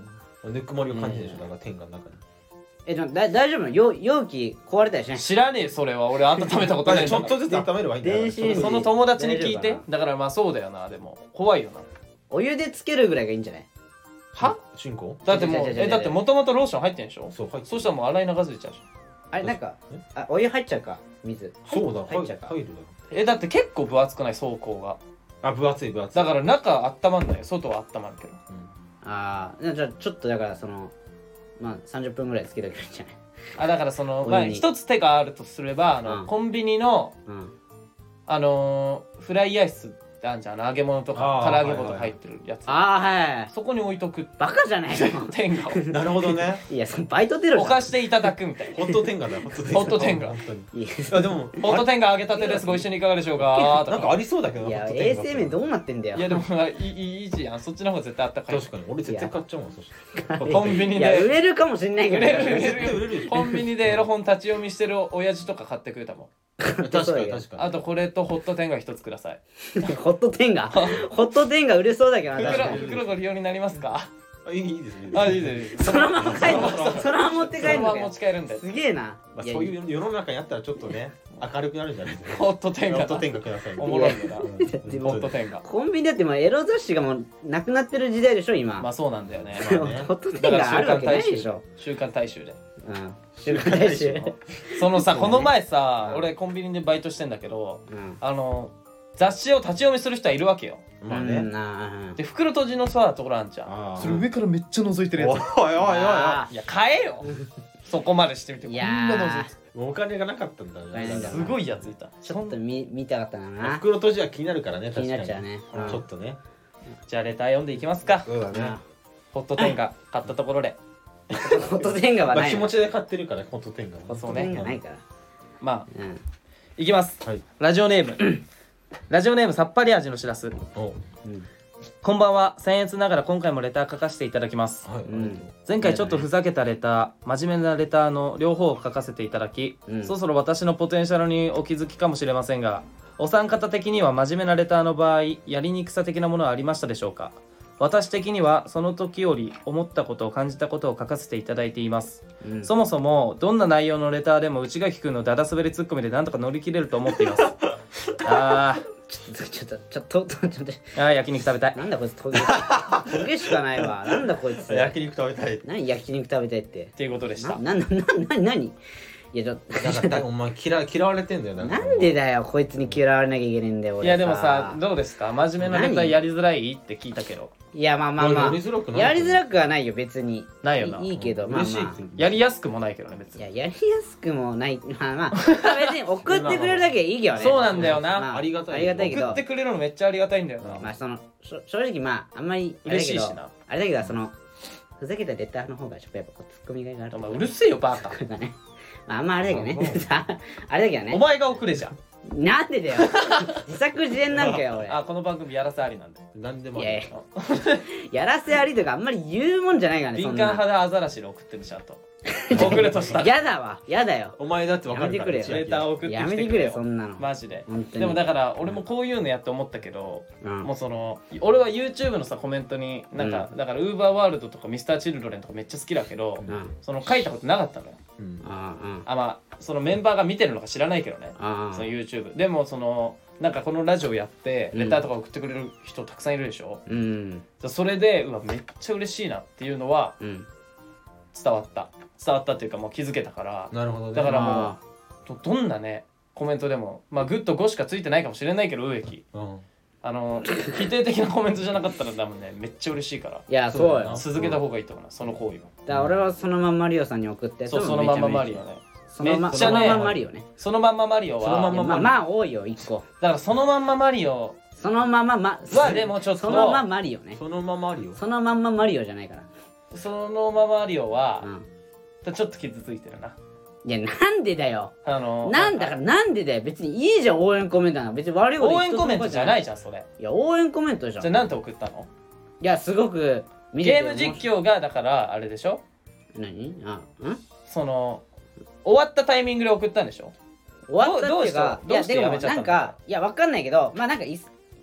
ぬくもりを感じるでしょ、なんか天下の中に。 え、でもだ大丈夫なの？容容器壊れたりしない？ 知らねえそれは、俺温めたことないんだちょっとずつ温めればいいんだよ。 電子レンジその友達に聞いて大丈夫か。 だからまあそうだよな、でも怖いよな。 お湯でつけるぐらいがいいんじゃない？ は進行だってもう違う違う違う違うえだってもともとローション入ってんでしょ。 そう、入ってそしたらもう洗い流れちゃうじゃん。 あれなんかえあお湯入っちゃうか水。 そうだ、 入っちゃうか。 入るだえだって結構分厚くない装甲が。 ろ。あ、分厚い分厚い。 だから中温まんないよ、外は温まるけど。 ああ、じゃあちょっとだからそのまあさんじゅっぷんぐらいつけとけばいいんじゃない？ あだからそのお湯にまあ一つ手があるとすればあの、 うんコンビニのうん。 あのーフライアイスってあるじゃん、揚げ物とかあー唐揚げ粉とか入ってるやつ、 ああはいはい。 そこに置いとくバカじゃないの？ 天下をなるほどね。 いやそのバイト出るおじゃん。 かしていただくみたいな。 ホット天下だよ、ホット天下。 ホット天下本当に。 いやいやでも、 ホット天下揚げたてですご一緒にいかがでしょうかとか。 なんかありそうだけどな、 いやホット天下って衛生面どうなってんだよ。 いやでもいいいいじゃん、そっちの方が絶対あったかい。 確かに、俺絶対買っちゃうもん、そしたら。 コンビニいや売でれるかもしんないけど。 売れる売れ絶対売れるよ。 コンビニでエロ本立ち読みしてる親父とか買ってくれたもん。 確かに確かに。 あとこれとホット天下一つください。 ホット天がホット天が売れそうだけどな確か袋に。 袋ご利用になりますか。 あ、いいいいですね。 あいいです。 そのまま帰るの？そのまま持って帰るのかよそのまま持。ち帰るんで。 すげえな。 まあ、 いやそういう世の中にあったらちょっとね、明るくなるんじゃないですか。 ホット天下ホット天下ください。 おもろいよな。 うんだってもうホット天下。 コンビニだってもうエロ雑誌がもうなくなってる時代でしょ今。 まあそうなんだよね。 まあねホットだから天があるわけないでし週ょ。 週刊大衆で。 うん。週刊大衆。 そのさこの前さうん俺コンビニでバイトしてんだけどうん。 あの雑誌を立ち読みする人はいるわけよ。 うんまあね。 なあで袋閉じのさところあんじゃん。 あーそれ上からめっちゃ覗いてるおいやおいおいおいあつ。いや買えよ。そこまでしてみて。 いやーこんな覗いてもうお金がなかったんだお金がすごいやついた。 ちょっと見見たかったな。 袋閉じは気になるからね、 気になっ確かちゃうね。うんちょっとね。 じゃあレター読んでいきますか。 そうだね。 ホット天下買ったところで。 ホット天がはまあないの。 気持ちで買ってるから、ホット天下も。 ホット天がないから。 まあうん。 いきます。 はい。 ラジオネームラジオネームさっぱり味のしらす。 おうん。 こんばんは。僭越ながら今回もレター書かせていただきます。 はい。 うん前回ちょっとふざけたレター、真面目なレターの両方を書かせていただき、 うんそろそろ私のポテンシャルにお気づきかもしれませんが、お三方的には真面目なレターの場合、やりにくさ的なものはありましたでしょうか。私的にはその時より思ったことを感じたことを書かせていただいています。 うんそもそもどんな内容のレターでも内垣くんのダダ滑りツッコミでなんとか乗り切れると思っています。あちょっとちょっとちょっとちょっとーあー焼肉食べたい。 なんだこいつトゲトゲしかないわ。なんだこいつ。 焼肉食べたい。 何焼肉食べたいって。 っていうことでした。 なななな何いやちょっとだからお前嫌い嫌われてんだよな。 なんでだよこいつに嫌われなきゃいけないんだよ俺いやでもさどうですか、真面目なレターやりづらいって聞いたけど。 いやまあまあまやありづらくないやりづらくはないよ別にないよないいいけどまあ嬉しいまあやりやすくもないけどね別に。 いややりやすくもないまあまあ別に送ってくれるだけでいいけどねそうなんだよなまありがたいありがたいけど送ってくれるのめっちゃありがたいんだよな。 まあそのしょ正直まああんまりあれだけど嬉しいしなあれだけどそのふざけたレターの方がちょっとやっぱこうツッコミがいがあるお前うるせえよバカ。 これがねまああんまあれだけどねさあれだけどおね前が送れじゃん。 なんでだよ自作自演なんかよ俺あこの番組やらせありなんで。 何でもあいやいるややらせありとかあんまり言うもんじゃないからね敏そんな感派でアザラシで送ってるちゃんと。送るとしたら。 やだわやだよお前だってわかるからやめてくれよレター送ってきてくれよ。 やめてくれよそんなのマジで。 本当にでもだから俺もこういうのやって思ったけど、 うんもうその俺は YouTube のさコメントになんか、だから Uber ワールドとか ミスターチルドレンとかめっちゃ好きだけど、 うんその書いたことなかったのよ。 うんあああまあそのメンバーが見てるのか知らないけどね。 ああその YouTube でもそのなんかこのラジオやってレターとか送ってくれる人たくさんいるでしょ、 うんそれでうわめっちゃ嬉しいなっていうのはうん伝わった伝わったっていうかもう気づけたからなるほどねだからもうあどどんなねコメントでもまあグッドごしかついてないかもしれないけど植木うんあの否定的なコメントじゃなかったら多分ねめっちゃ嬉しいからいやそうだよそうよ続けた方がいいと思うなその行為をだから俺はそのまんまリオさんに送ってそうそのまんまマリオねそのまめっちゃねそのまんまリオねそのまんまマリオはそのまんままあまあ多いよ一個だからそのまんまマリオそのまままはでもちょっとそのままマリオねそのままあるよそのまんまマリオじゃないからそのままマリオはうんちょっと傷ついてるないやなんでだよあのなんだからなんでだよ別にいいじゃん応援コメントなの別に悪いこと応援コメントじゃないじじゃんそれゃんいや応援コメントじゃんじゃあなんて送ったのいやすごく見ててゲーム実況がだからあれでしょ何あんその終わったタイミングで送ったんでしょ終わったっていうかどうどうしてどうしていやでもやめちゃったのなんかいやわかんないけどまあなんかい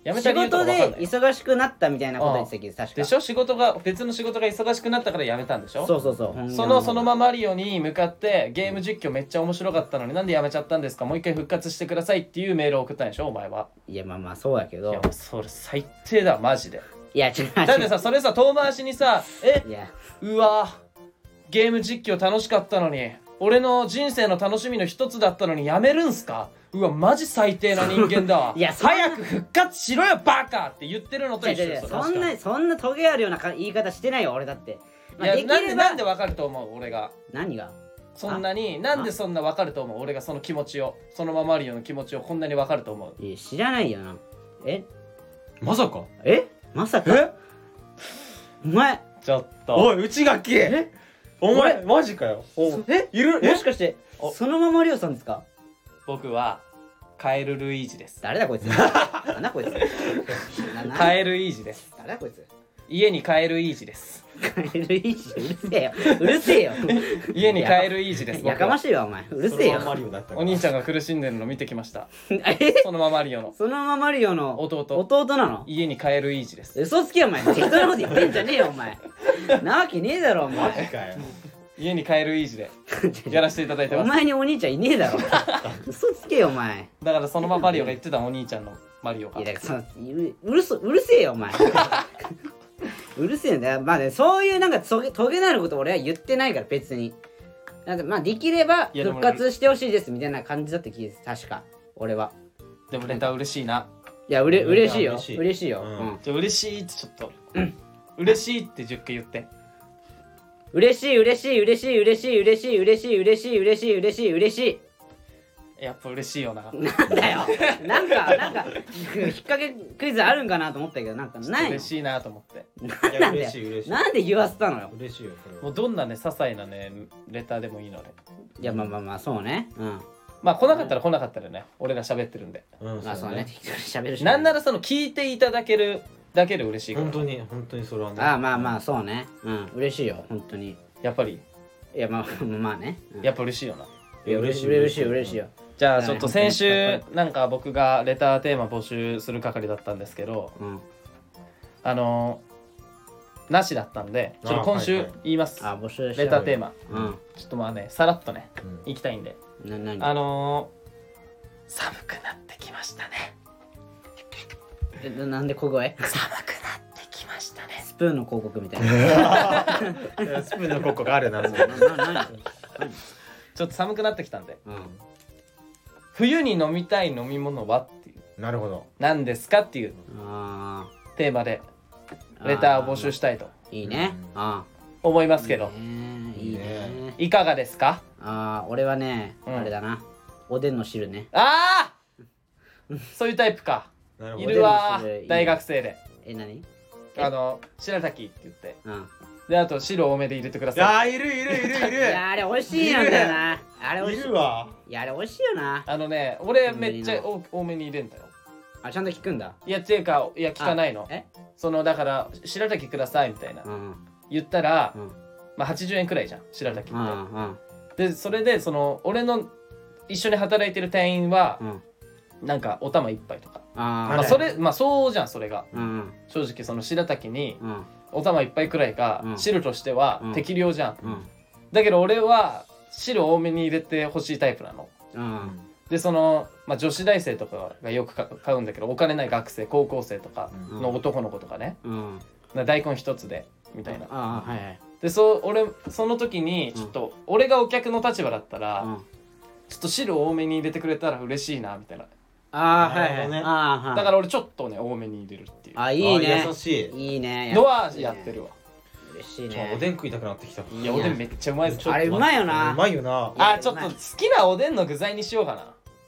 やめた仕理由とか事で分かんない忙しくなったみたいなこと言ってたけど確かでしょ。仕事が別の仕事が忙しくなったから辞めたんでしょ。 そうそうそう本業そのそのままマリオに向かってゲーム実況めっちゃ面白かったのになんで辞めちゃったんですか、もう一回復活してくださいっていうメールを送ったんでしょお前は。 いやまあまあそうやけどいやもうそれ最低だマジで。 いや違う違うだってさそれさ遠回しにさえいやうわゲーム実況楽しかったのに俺の人生の楽しみの一つだったのにやめるんすか。うわマジ最低な人間だわいやそんな早く復活しろよバカって言ってるのと一緒違う違う違うです。 そんなそんなトゲあるようなか言い方してないよ俺だって、まあ、 いやできなんでればなんでわかると思う俺が何がそんなになんでそんなわかると思う俺がその気持ちをそのままマリオの気持ちをこんなにわかると思う。 いや知らないよなえまさかえまさかえお前ちょっとおい内垣えお前マジかよえいるもしかしておそのままリオさんですか。 僕はカエル・ルイージです。 誰だこいつなんだこいつななカエル・イージです。 誰だこいつ家にカエル・イージです。 カエルイージうるせえようるせえよ家にカエル・イージです。 やかましいわお前うるせえよそのままマリオだったからお兄ちゃんが苦しんでるの見てきましたえそのままマリオのそのままマリオの弟弟なの。 家にカエル・イージです。 嘘つきよお前適当なこと言ってんじゃねえよお前なわけねえだろおマジ前かよ家にカエル・イージでやらせていただいておます。 前にお兄ちゃんいねえだろ嘘つけよお前。 だからそのままマリオが言ってたお兄ちゃんのマリオがいやだからそのううるそうるせえよお前うるせえんだよ。まあねそういうなんかトゲトゲのあること俺は言ってないから別になんかまあできればいやでも復活してほしいですみたいな感じだった気です確か俺は。 でもレター嬉しいな。 いやうれうん嬉しいよ嬉しい嬉しいよ、 うんうんじゃあ嬉しいってちょっと、嬉しいってじゅっかい言って嬉しい嬉しい嬉しい嬉しい嬉しい嬉しい嬉しい嬉しい嬉しい嬉しいやっぱ嬉しいよな。 なんだよなんかなんか引っ掛けクイズあるんかなと思ったけどなんかないの嬉しいなと思って。 なんなんだよ嬉しい嬉しいなんで言わせたのよ。 嬉しいよこれはもうどんなね些細なねレターでもいいので、 いやまあまあまあそうねうんまあ来なかったら来なかったらね俺ら喋ってるんで、 うんまあそうね適当に喋るしなんならその聞いていただけるだけで嬉しいから。 本当に本当にそれはねああまあまあそうねうん嬉しいよ本当に。 やっぱりいやまあまあね、うん、 やっぱ嬉しいよな。 いや嬉しい嬉しい嬉しいよ。 じゃあちょっと先は週いなんか僕がレターテーマ募集する係だったんですけど、 うんあのー、なしだったんでちょっと今週あはいはい言います。 あ募集してレターテーマうんちょっとまあねさらっとねうん行きたいんで、 な何あのー、寒くなってきましたね。 えななんで小声寒くなってきましたね。 スプーンの広告みたいないやスプーンのごっこがあるなそれなな何ちょっと寒くなってきたんでうん冬に飲みたい飲み物はっていうなるほど何ですかっていうあテーマでレターを募集したいとーいいねうんあ思いまあすけど、 いいねいいねいかがですか。 ああ俺はねうんあれだなおでんの汁ねああそういうタイプかいなるほどるわおでんの汁いいね大学生でえ何あの白滝って言ってうんであと汁多めで入れてくだいさやーいるいるいるいるいやあれ美味しいんだよなあれ美い味しいるわいやあれ美味しいよないあのね俺めっちゃお多めに入れんだよ。 あちゃんと聞くんだいやっていうかいや聞かないのあえそのだから白滝くださいみたいなうん言ったら、 うんまあはちじゅうえんくらいじゃん白滝って、 うんうんでそれでその俺の一緒に働いてる店員はうんなんかお玉一杯とか、 あまあそれまあそうじゃんそれがーうん正直その白滝にうんお玉一杯くらいがうん汁としてはうん適量じゃん、 うんだけど俺は汁多めに入れてほしいタイプなのうんでその、まあ、女子大生とかがよくか買うんだけどお金ない学生高校生とかの男の子とかね、 うんな大根一つでみたいなああはいはいでそう俺その時にちょっと俺がお客の立場だったら、 うんちょっと汁多めに入れてくれたら嬉しいなみたいなああはいはいなるほどねああはいだから俺ちょっとね多めに入れるっていうあいいねあ優しいいいねのはやってるわ。 嬉しいちょねおでん食いたくなってきたいやおでんめっちゃうまいですちょっとあれうまいよなうまいよなあちょっと好きなおでんの具材にしようかな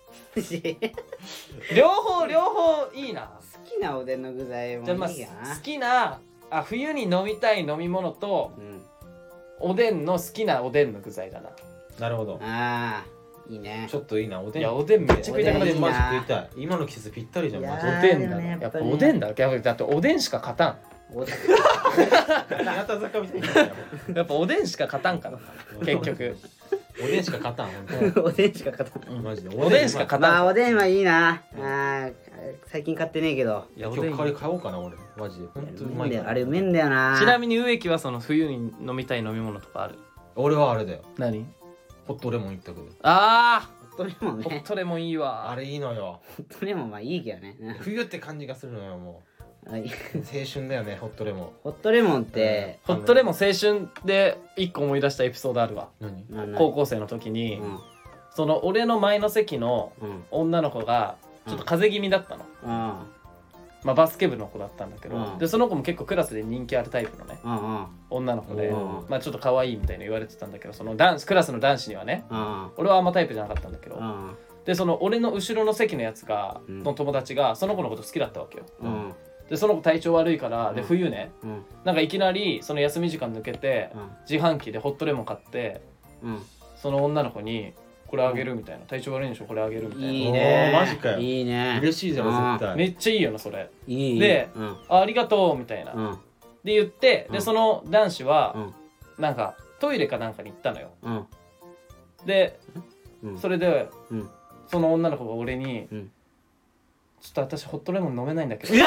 両方両方いいな。 好きなおでんの具材もじゃあまあいいやな好きなあ冬に飲みたい飲み物とうんおでんの好きなおでんの具材だな。 なるほどああいいねちょっといいなおでんいやおでんめっちゃ食いたくなってきたおでんマジ食いたい今の季節ぴったりじゃんいやマジおでんだなやっぱでもねやっぱりねおでんだやっぱだっておでんしか勝たんおでん日向坂みたいになってるやっぱおでんしか勝たんから結局おでんしか勝たん本おでんしか勝たん当にマジでおでんしか勝たんまあおでんはいいなあー最近買ってねえけど。 いや今日これ買おうかな俺マジで本当にうまいから。 あれうめえんだよな。 ちなみに植木はその冬に飲みたい飲み物とかある？ 俺はあれだよ何？ ホットレモン一択で。 あホットレモンーホッね。 トレモンいいわ。 あれいいのよ。 ホットレモンまあいいけどね。 冬って感じがするのよもはい。 う青春だよねホットレモン。 ホットレモンって、 ホットレモン青春で一個思い出したエピソードあるわ。 何？ なんなん高校生の時に、 うんその俺の前の席のうん女の子がちょっと風邪気味だったの、 うんまあ、バスケ部の子だったんだけど、 うんでその子も結構クラスで人気あるタイプのねうんうん女の子で、 うんまあ、ちょっと可愛いみたいに言われてたんだけど、その男子クラスの男子にはね、 うん俺はあんまタイプじゃなかったんだけど、 うんでその俺の後ろの席のやつが、 うんの友達がその子のこと好きだったわけよ。 うんでその子体調悪いから、でうん冬ねうんなんかいきなりその休み時間抜けて、自販機でホットレモン買ってうんその女の子にこれあげるみたいな、体調悪いんでしょこれあげるみたいな。 いいねおーマジかよいいね嬉しいじゃん絶対。 めっちゃいいよなそれ。 いいでうんあありがとうみたいな、 うんで言って、 うんでその男子は、 うんなんかトイレかなんかに行ったのよ。 うんでうんそれでうんその女の子が俺に、 うんちょっと私ホットレモン飲めないんだけど、 悲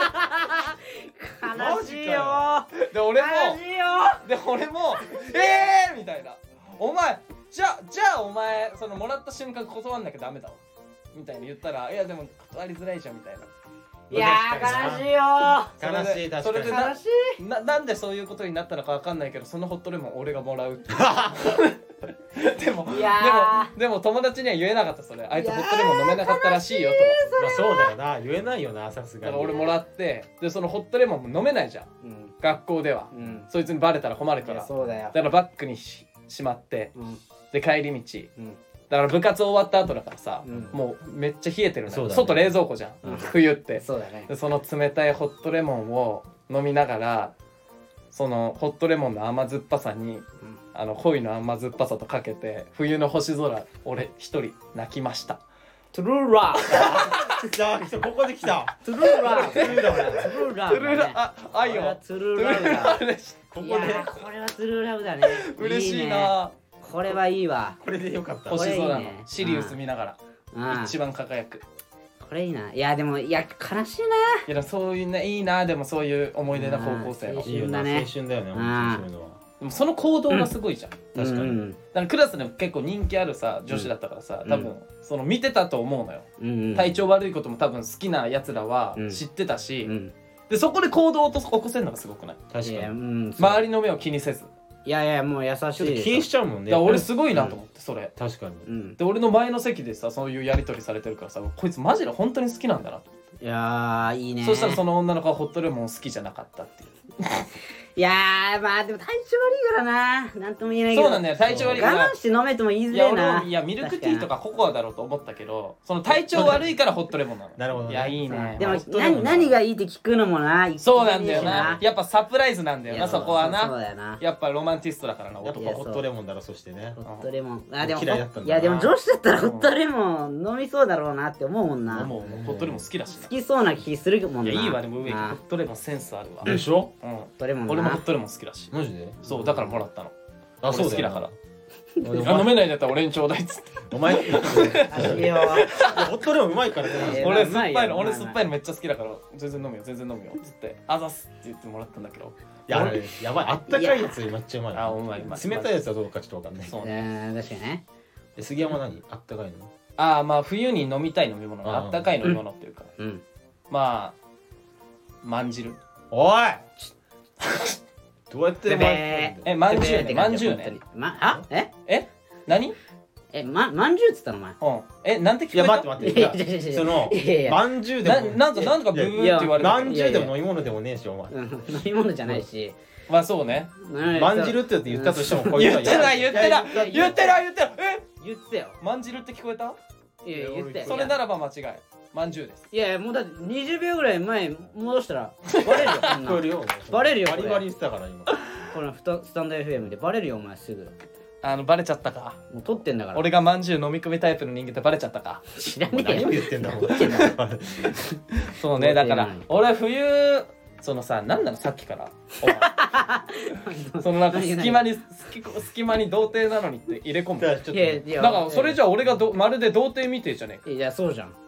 しいよで俺も悲しいよで俺もえーみたいな、お前じゃじゃあお前そのもらった瞬間断んなきゃダメだわみたいに言ったら、いやでも断りづらいじゃんみたいな。 いやー悲しいよ悲しい確かにそれでな悲しいななんでそういうことになったのかわかんないけど、そのホットレモン俺がもらうっていうでもいやでもでも友達には言えなかった。それあいつホットレモン飲めなかったらしいよと。 まあそうだよな言えないよなさすがに。 だから俺もらって、でそのホットレモンも飲めないじゃんうん学校では、 うんそいつにバレたら困るいから、だやそうだよからバッグにししまって、 うんで帰り道うんだから部活終わった後だからさ、 うんもうめっちゃ冷えてるんだよ、 そうだね外冷蔵庫じゃん、 うん冬って。 そうだねでその冷たいホットレモンを飲みながら、そのホットレモンの甘酸っぱさにうんあの恋の甘酸っぱさとかけて冬の星空俺一人泣きました。 トゥルーラじゃあ来たここで来た。 トゥルーラトゥルーラトゥルーラトゥルーラあ愛これはをトゥルーラブだ嬉しいここいやでーこれはトゥルーラブだね嬉しいねな。 これはいいわこれでよかった。 星空のこれいいねシリウス見ながらうん一番輝く。 これいいないやでもいや悲しいいやでもそういうねいいな。でもそういう思い出な高校生の。 うんでいいよな青春だね青春だよね本当にそういうのは。 もその行動がすごいじゃん、 な確かにうんだからクラスでも結構人気あるさ女子だったからさ、多分その見てたと思うのよ。 うんうん体調悪いことも多分好きなやつらはうん知ってたし、 うんでそこで行動を起こせるのがすごくない？ いやう確かに。 んそう周りの目を気にせず。だかいやいやもう優しいちょっとでしょ気にしちゃうもんね。 ら俺すごいなと思ってそれ。 確かに。 うんで俺の前の席でさそういうやり取りされてるからさ、こいつマジで本当に好きなんだなと。 いやーいいねそしたらその女の子はホットレモン好きじゃなかったっていう。 いやーまあでも体調悪いからななんとも言えないけどそうなんだよ体調悪いから我慢して飲めとも言いづいや俺れえなもいやミルクティーとかココアだろうと思ったけど、その体調悪いからホットレモンなの。 なるほどねいやいいね。 でもホットレモン何何がいいって聞くのもなそうなんだよ言ってな。やっぱサプライズなんだよいやなそこはそうな。 だよなやっぱロマンティストだからなやっぱ男。 いやホットレモンだろそしてね。 ホットレモンあでも嫌いだったんだないやでも女子だったらホットレモン飲みそうだろうなって思うもんなもうもうホットレモン好きだし好な。 きそうな気するもんないやいいわでも植木ホなットレモンセンスあるわ。 でしょ？ うん。 ホットレモンな俺もホットレモン好きだし。 マジで？ そうだからもらったの。 あ俺好きだから。 俺あ飲めないんだったら俺にちょうだいっつって。 お前あしよホットレモンうまいからね。 え俺まあ酸っぱいのまあ俺酸っぱいのめっちゃ好きだから全然飲むよ全然飲むよっつってあざすって言ってもらったんだけど。 いやあれやばいあったかいやつめっちゃうまい。 あうまいうまい。 冷たいやつはどうかちょっとわかんない。 そうううん確かにねえ杉山何あったかいの？ ああまあ冬に飲みたい飲み物ああったかい飲み物っていうか、 うんまあまんじる。 おいどうやってべべえまんじゅうねてまんじゅうね本当にまあええ何？うんえままんじゅうっつったのお前えなんて聞こいやえた？ 待って待っていやいやいやいやそのいやいやまんじゅうでなもなんかなんかブーって言われたけどまんじゅうでも飲み物でもねえしお前うん飲み物じゃないしまあそうね。 まんじるって言ったとしてもこいつは言ってない言ってないや言ってない言ってないえ言ってよまんじるって聞こえた？ いや言ってそれならば間違いまんじゅうです。 いやいやもうだってにじゅうびょうぐらい前戻したらバレるよこんな聞こえるよバレるよバリバリ言ってたから今このふたスタンド エフエム でバレるよお前すぐあのバレちゃったか。 もう撮ってんだから俺がまんじゅう飲み込みタイプの人間ってバレちゃったか。 知らねえよ何を言ってんだろうそうねだから童貞なのに俺冬そのさ何なのさっきからお前そのなんか隙間に隙隙間に童貞なのにって入れ込む。 ちょっといやいやだからそれじゃあ俺がどまるで童貞みてえじゃねえか。 いやそうじゃん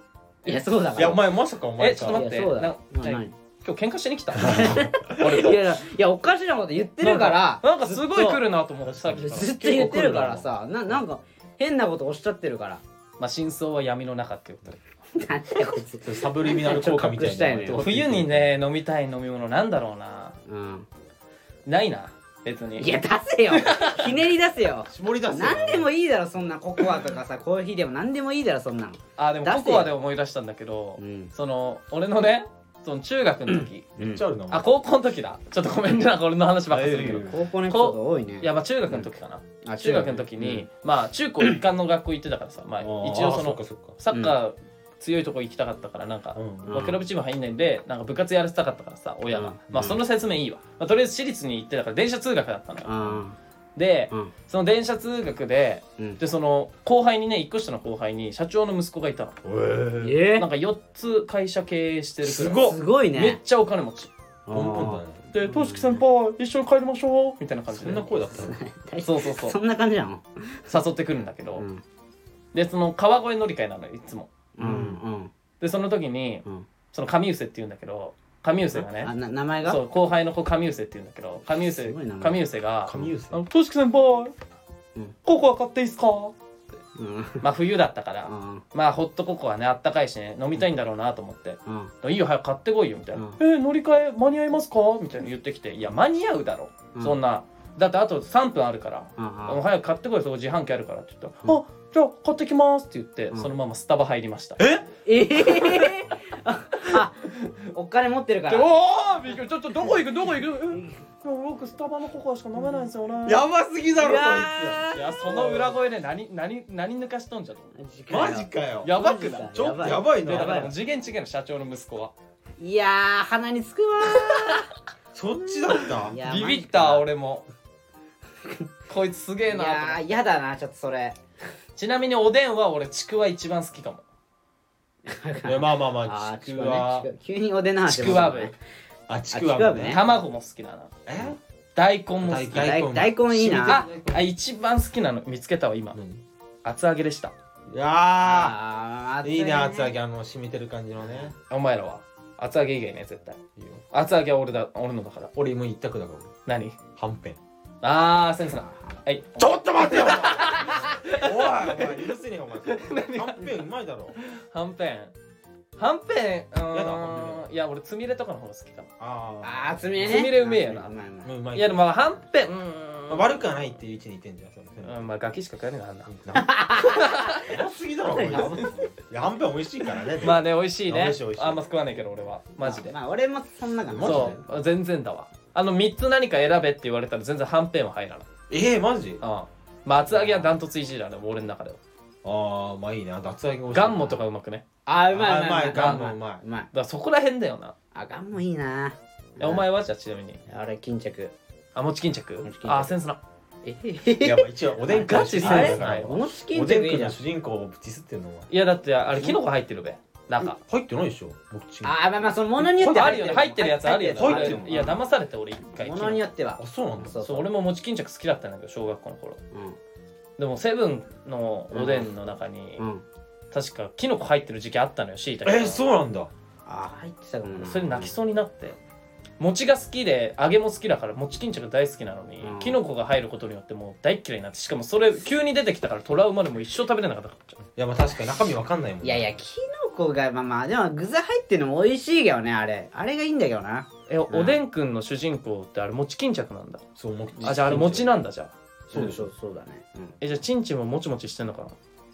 いやそうだからいやお前まさかお前えちょっと待っていやそうだなよまあ何何今日喧嘩しに来た俺といやいやいやおかしなこと言ってるからなんかすごい来るなと思ってさっきからずっと言ってるからさななんか変なことおっしゃってるからまあ真相は闇の中ってことでなんでこいつサブリミナル効果みたいなちょっと隠したいのよ冬にね飲みたい飲み物なんだろうなうんないな別にいや出せよひねり出せよ絞り出すよ何でもいいだろそんなココアとかさコーヒーでも何でもいいだろそんなのあでも出せよココアで思い出したんだけど、 うんその俺のねその中学の時、 うんめっちゃあるなあ高校の時だちょっとごめんねなんか俺の話ばっかりするけど、 いやいや高校のエピソード多いねいやまあ中学の時かな、 あ中学の時に、まあ中高一貫の学校行ってたからさ、まあ、一応そのあーっかそっかサッカー強いとこ行きたかったからなんか、 うんまあクラブチーム入んないんでなんか部活やらせたかったからさ親が、 うんまあその説明いいわ、まあ、とりあえず私立に行ってたから電車通学だったのよあで、 うんその電車通学でうんでその後輩にね一個下の後輩に社長の息子がいたのええなんかよっつ会社経営してるくらいすごっすごいねめっちゃお金持ちあポンポンだーねで「としき先輩一緒に帰りましょう」みたいな感じでそんな声だったのそうそうそうそんな感じなの誘ってくるんだけど、 うんでその川越乗り換えなのよいつもうんうんでその時にうんその上瀬って言うんだけど上瀬がねあな名前がそう後輩の子上瀬って言うんだけど上瀬すごい名前上瀬が神優先あのとしき先輩、 うんココア買っていいっすかうんまあ冬だったからうんまあホットココアねあったかいしね飲みたいんだろうなと思ってうんいいよ早く買ってこいよみたいな、 うんえー乗り換え間に合いますかみたいな言ってきていや間に合うだろ、 うんそんなだってあとさんぷんあるから、 うんもう早く買ってこいそこ自販機あるからって言ったら、 うんあじゃあ買ってきますって言って、 うんそのままスタバ入りましたえええああお金持ってるからでおーびっくりちょっとどこ行くどこ行くえ僕スタバのココアしか飲めないんですよねやばすぎだろうわいやその裏声で何何何抜かしとんじゃと思うそいつマジかよやばくないちょっとやばいなでだからもう次元違うの社長の息子はいやー鼻につくわそっちだったーいやビビった俺もこいつすげえいなと思ってやーやだなちょっとそれちなみにおでんは俺ちくわ一番好きかもいやまあまあまあーあちくわちくわね急におでんの話ちくわぶあちあくわもねちくわぶね卵も好きだなえ大根も好き大根大根いいなああ一番好きなの見つけたわ今何厚揚げでしたいやあーいいね厚揚げげあの染みてる感じのねお前らは厚揚げ以外ね絶対いいよ厚揚げは俺だ俺のだから俺も一択だから何はんぺんあーセンスなはいちょっと待ってよお前おいお前許せねえよお前はんぺんうまいだろはんぺんはんぺんうーんやだはんいや俺つみれとかの方が好きかもああーつみれねつみれうめえよなうまいうまいあうまいいやでもまあはんぺんうまあーん悪くはないっていう位置にいてんじゃんそれうんまあガキしか食えねえなあんなやばすぎだろこいついやはんぺん美味しいからねまあね美味しいね美味しい美味しいあんま食わねえけど俺はマジでまあ俺もそんなかなマジでそう全然だわあのみっつ何か選べって言われたら全然はんぺんは入らないえーマジああまあ厚揚げはダントツいちいだね俺の中ではああまあいいね厚揚げ美味しいガンモとかうまくねあーうまあーうまいガンうまいうモまいまいだからそこら辺だよなあガンもいいなえお前はじゃあちなみにあれ巾着あ餅巾着餅巾着あセンスなえいやまあ一応おでんくんの主人公ガチセンスだからおもち巾お着いいじゃんでんくんの主人公をディスってんのはいやだってあれキノコ入ってるべ中入ってないでしょ僕ちあーまあまあそのものによってはあるよね入ってるやつあるよね入ってるのいや騙されて俺一回ものによってはあそうなんだそうそう俺も餅巾着好きだったんだけど小学校の頃うんでもセブンのおでんの中にうん確かキノコ入ってる時期あったのよしいたけえーそうなんだあー入ってたかもなそれで泣きそうになって餅が好きで揚げも好きだから餅巾着大好きなのに、 うんキノコが入ることによってもう大っ嫌いになってしかもそれ急に出てきたからトラウマでもう一生食べれなかったからいやまあ確かに中身わかんないもんねいやいやキノコがまあまあでも具材入ってるのも美味しいけどねあれあれがいいんだけどなえおでんくんの主人公ってあれ餅巾着なんだそうもあじゃああれ餅なんだじゃあそうでしょそうそうだねうんえじゃあチンチンももちもちしてんのかな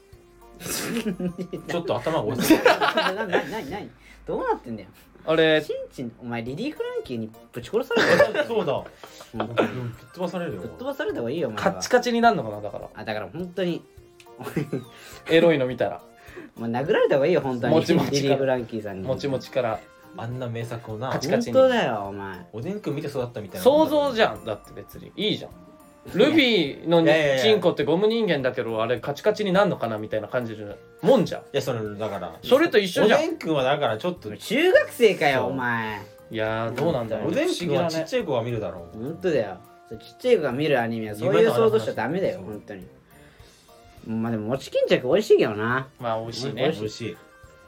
ちょっと頭が落ちてなななななどうなってんだよあれチンチンお前リリー・フランキーにぶち殺されるよそうだうんぶっ飛ばされるよぶっ飛ばされた方がいいよお前はカッチカチになるのかなだからあだから本当にエロいの見たらお前殴られた方がいいよ本当にもちもちからリリー・フランキーさんにもちもちからあんな名作をなカチカチに本当だよお前おでんくん見て育ったみたいな想像じゃんだって別にいいじゃんルビーのいやいやいやチンコってゴム人間だけどあれカチカチになんのかなみたいな感じのもんじゃんいやそれだからそれと一緒じゃんおでんくんはだからちょっと中学生かよそうお前いやーどうなんだろうおでんくんはちっゃいちゃい子が見るだろう本当だよそうちっちゃい子が見るアニメはそういう想像しちゃダメだよそう本当にまあでも餅巾着美味しいけどなまあ美味しい美ね美味しい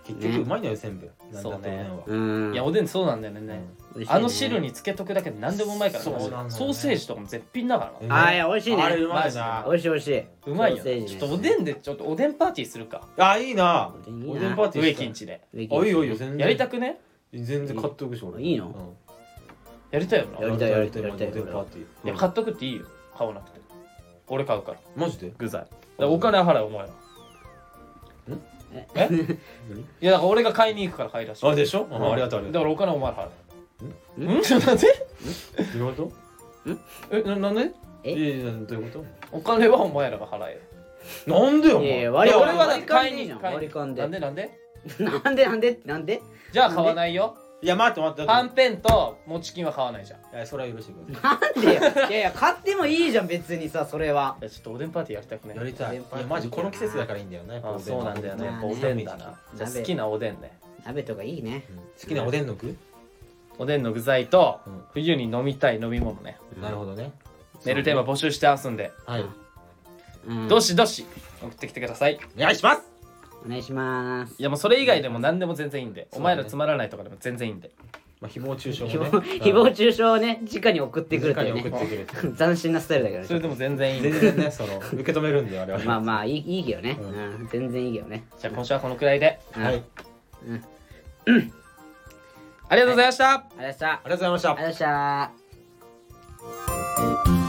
結局うまいのよ全部。なんだそうねっておでんはうんいやおでんそうなんだよね、 美味しいねあの汁につけとくだけで何でもうまいからねそうなんだよねソーセージとかも絶品だからうんな、 あーいや美味しいねあれうまいな。 美味しい美味しい。 うまいよねソーセージねちょっとおでんでちょっとおでんパーティーするかあいいな。 おでんいいなおでんパーティー植したい木んちで植木あいいよいいよ全然やりたくね全然買っとくし俺。 いいのうんやりたいよなやりたいやりたいやりたいおでんパーティー。 いや買っとくっていいよ買わなくて俺買うからマジで？ 具材だからお金払うお前らええいやだから俺が買いに行くから買い出しあでしょ？あありがとうありがとだからお金お前ら払う。 んん？ちょなんで？ う。どういうこえななんで？ と？ えいやいやどういうこお金はお前らが払え。 と？なんでよおいやいや前。 割り俺はだって割り勘でいいじゃん買いに買い割り勘でなんでなんで？ なんでなんでなんでじゃあ買わないよ。 いや待って待ってはん待っぺんともち金は買わないじゃん。いて。いやそれは許してくださなんでよいやいや買ってもいいじゃん別にさそれはやちょっとおでんパーティーやりたくねい。やりたい。いやマジこの季節だからいいんだよね。 あそうなんだよね。やっぱおまあねでんだな。じゃあ好きなおでんね。 鍋とかいいね好きなおでんの具？ おでんの具材とうん冬に飲みたい飲み物ね。 なるほどね。 メールテーマ募集してますんで、 はい。 うんどしどし送ってきてください。 お願いします。 お願いしますいやもうそれ以外でも何でも全然いいんで、おそうだね前らつまらないとかでも全然いいんで。 まあ誹謗中傷もね。 誹謗誹謗中傷をね直に送ってくるっていう直に送ってねくれて。 斬新なスタイルだけどねそれでも全然いいんで。 全然ねその受け止めるんであれは。 まあまあいいいいけどねううん全然いいけどねじゃあ今週はこのくらいで。 うんはい。 ありがとうございました。 ありがとうございましたありがとうございましたありがとうございました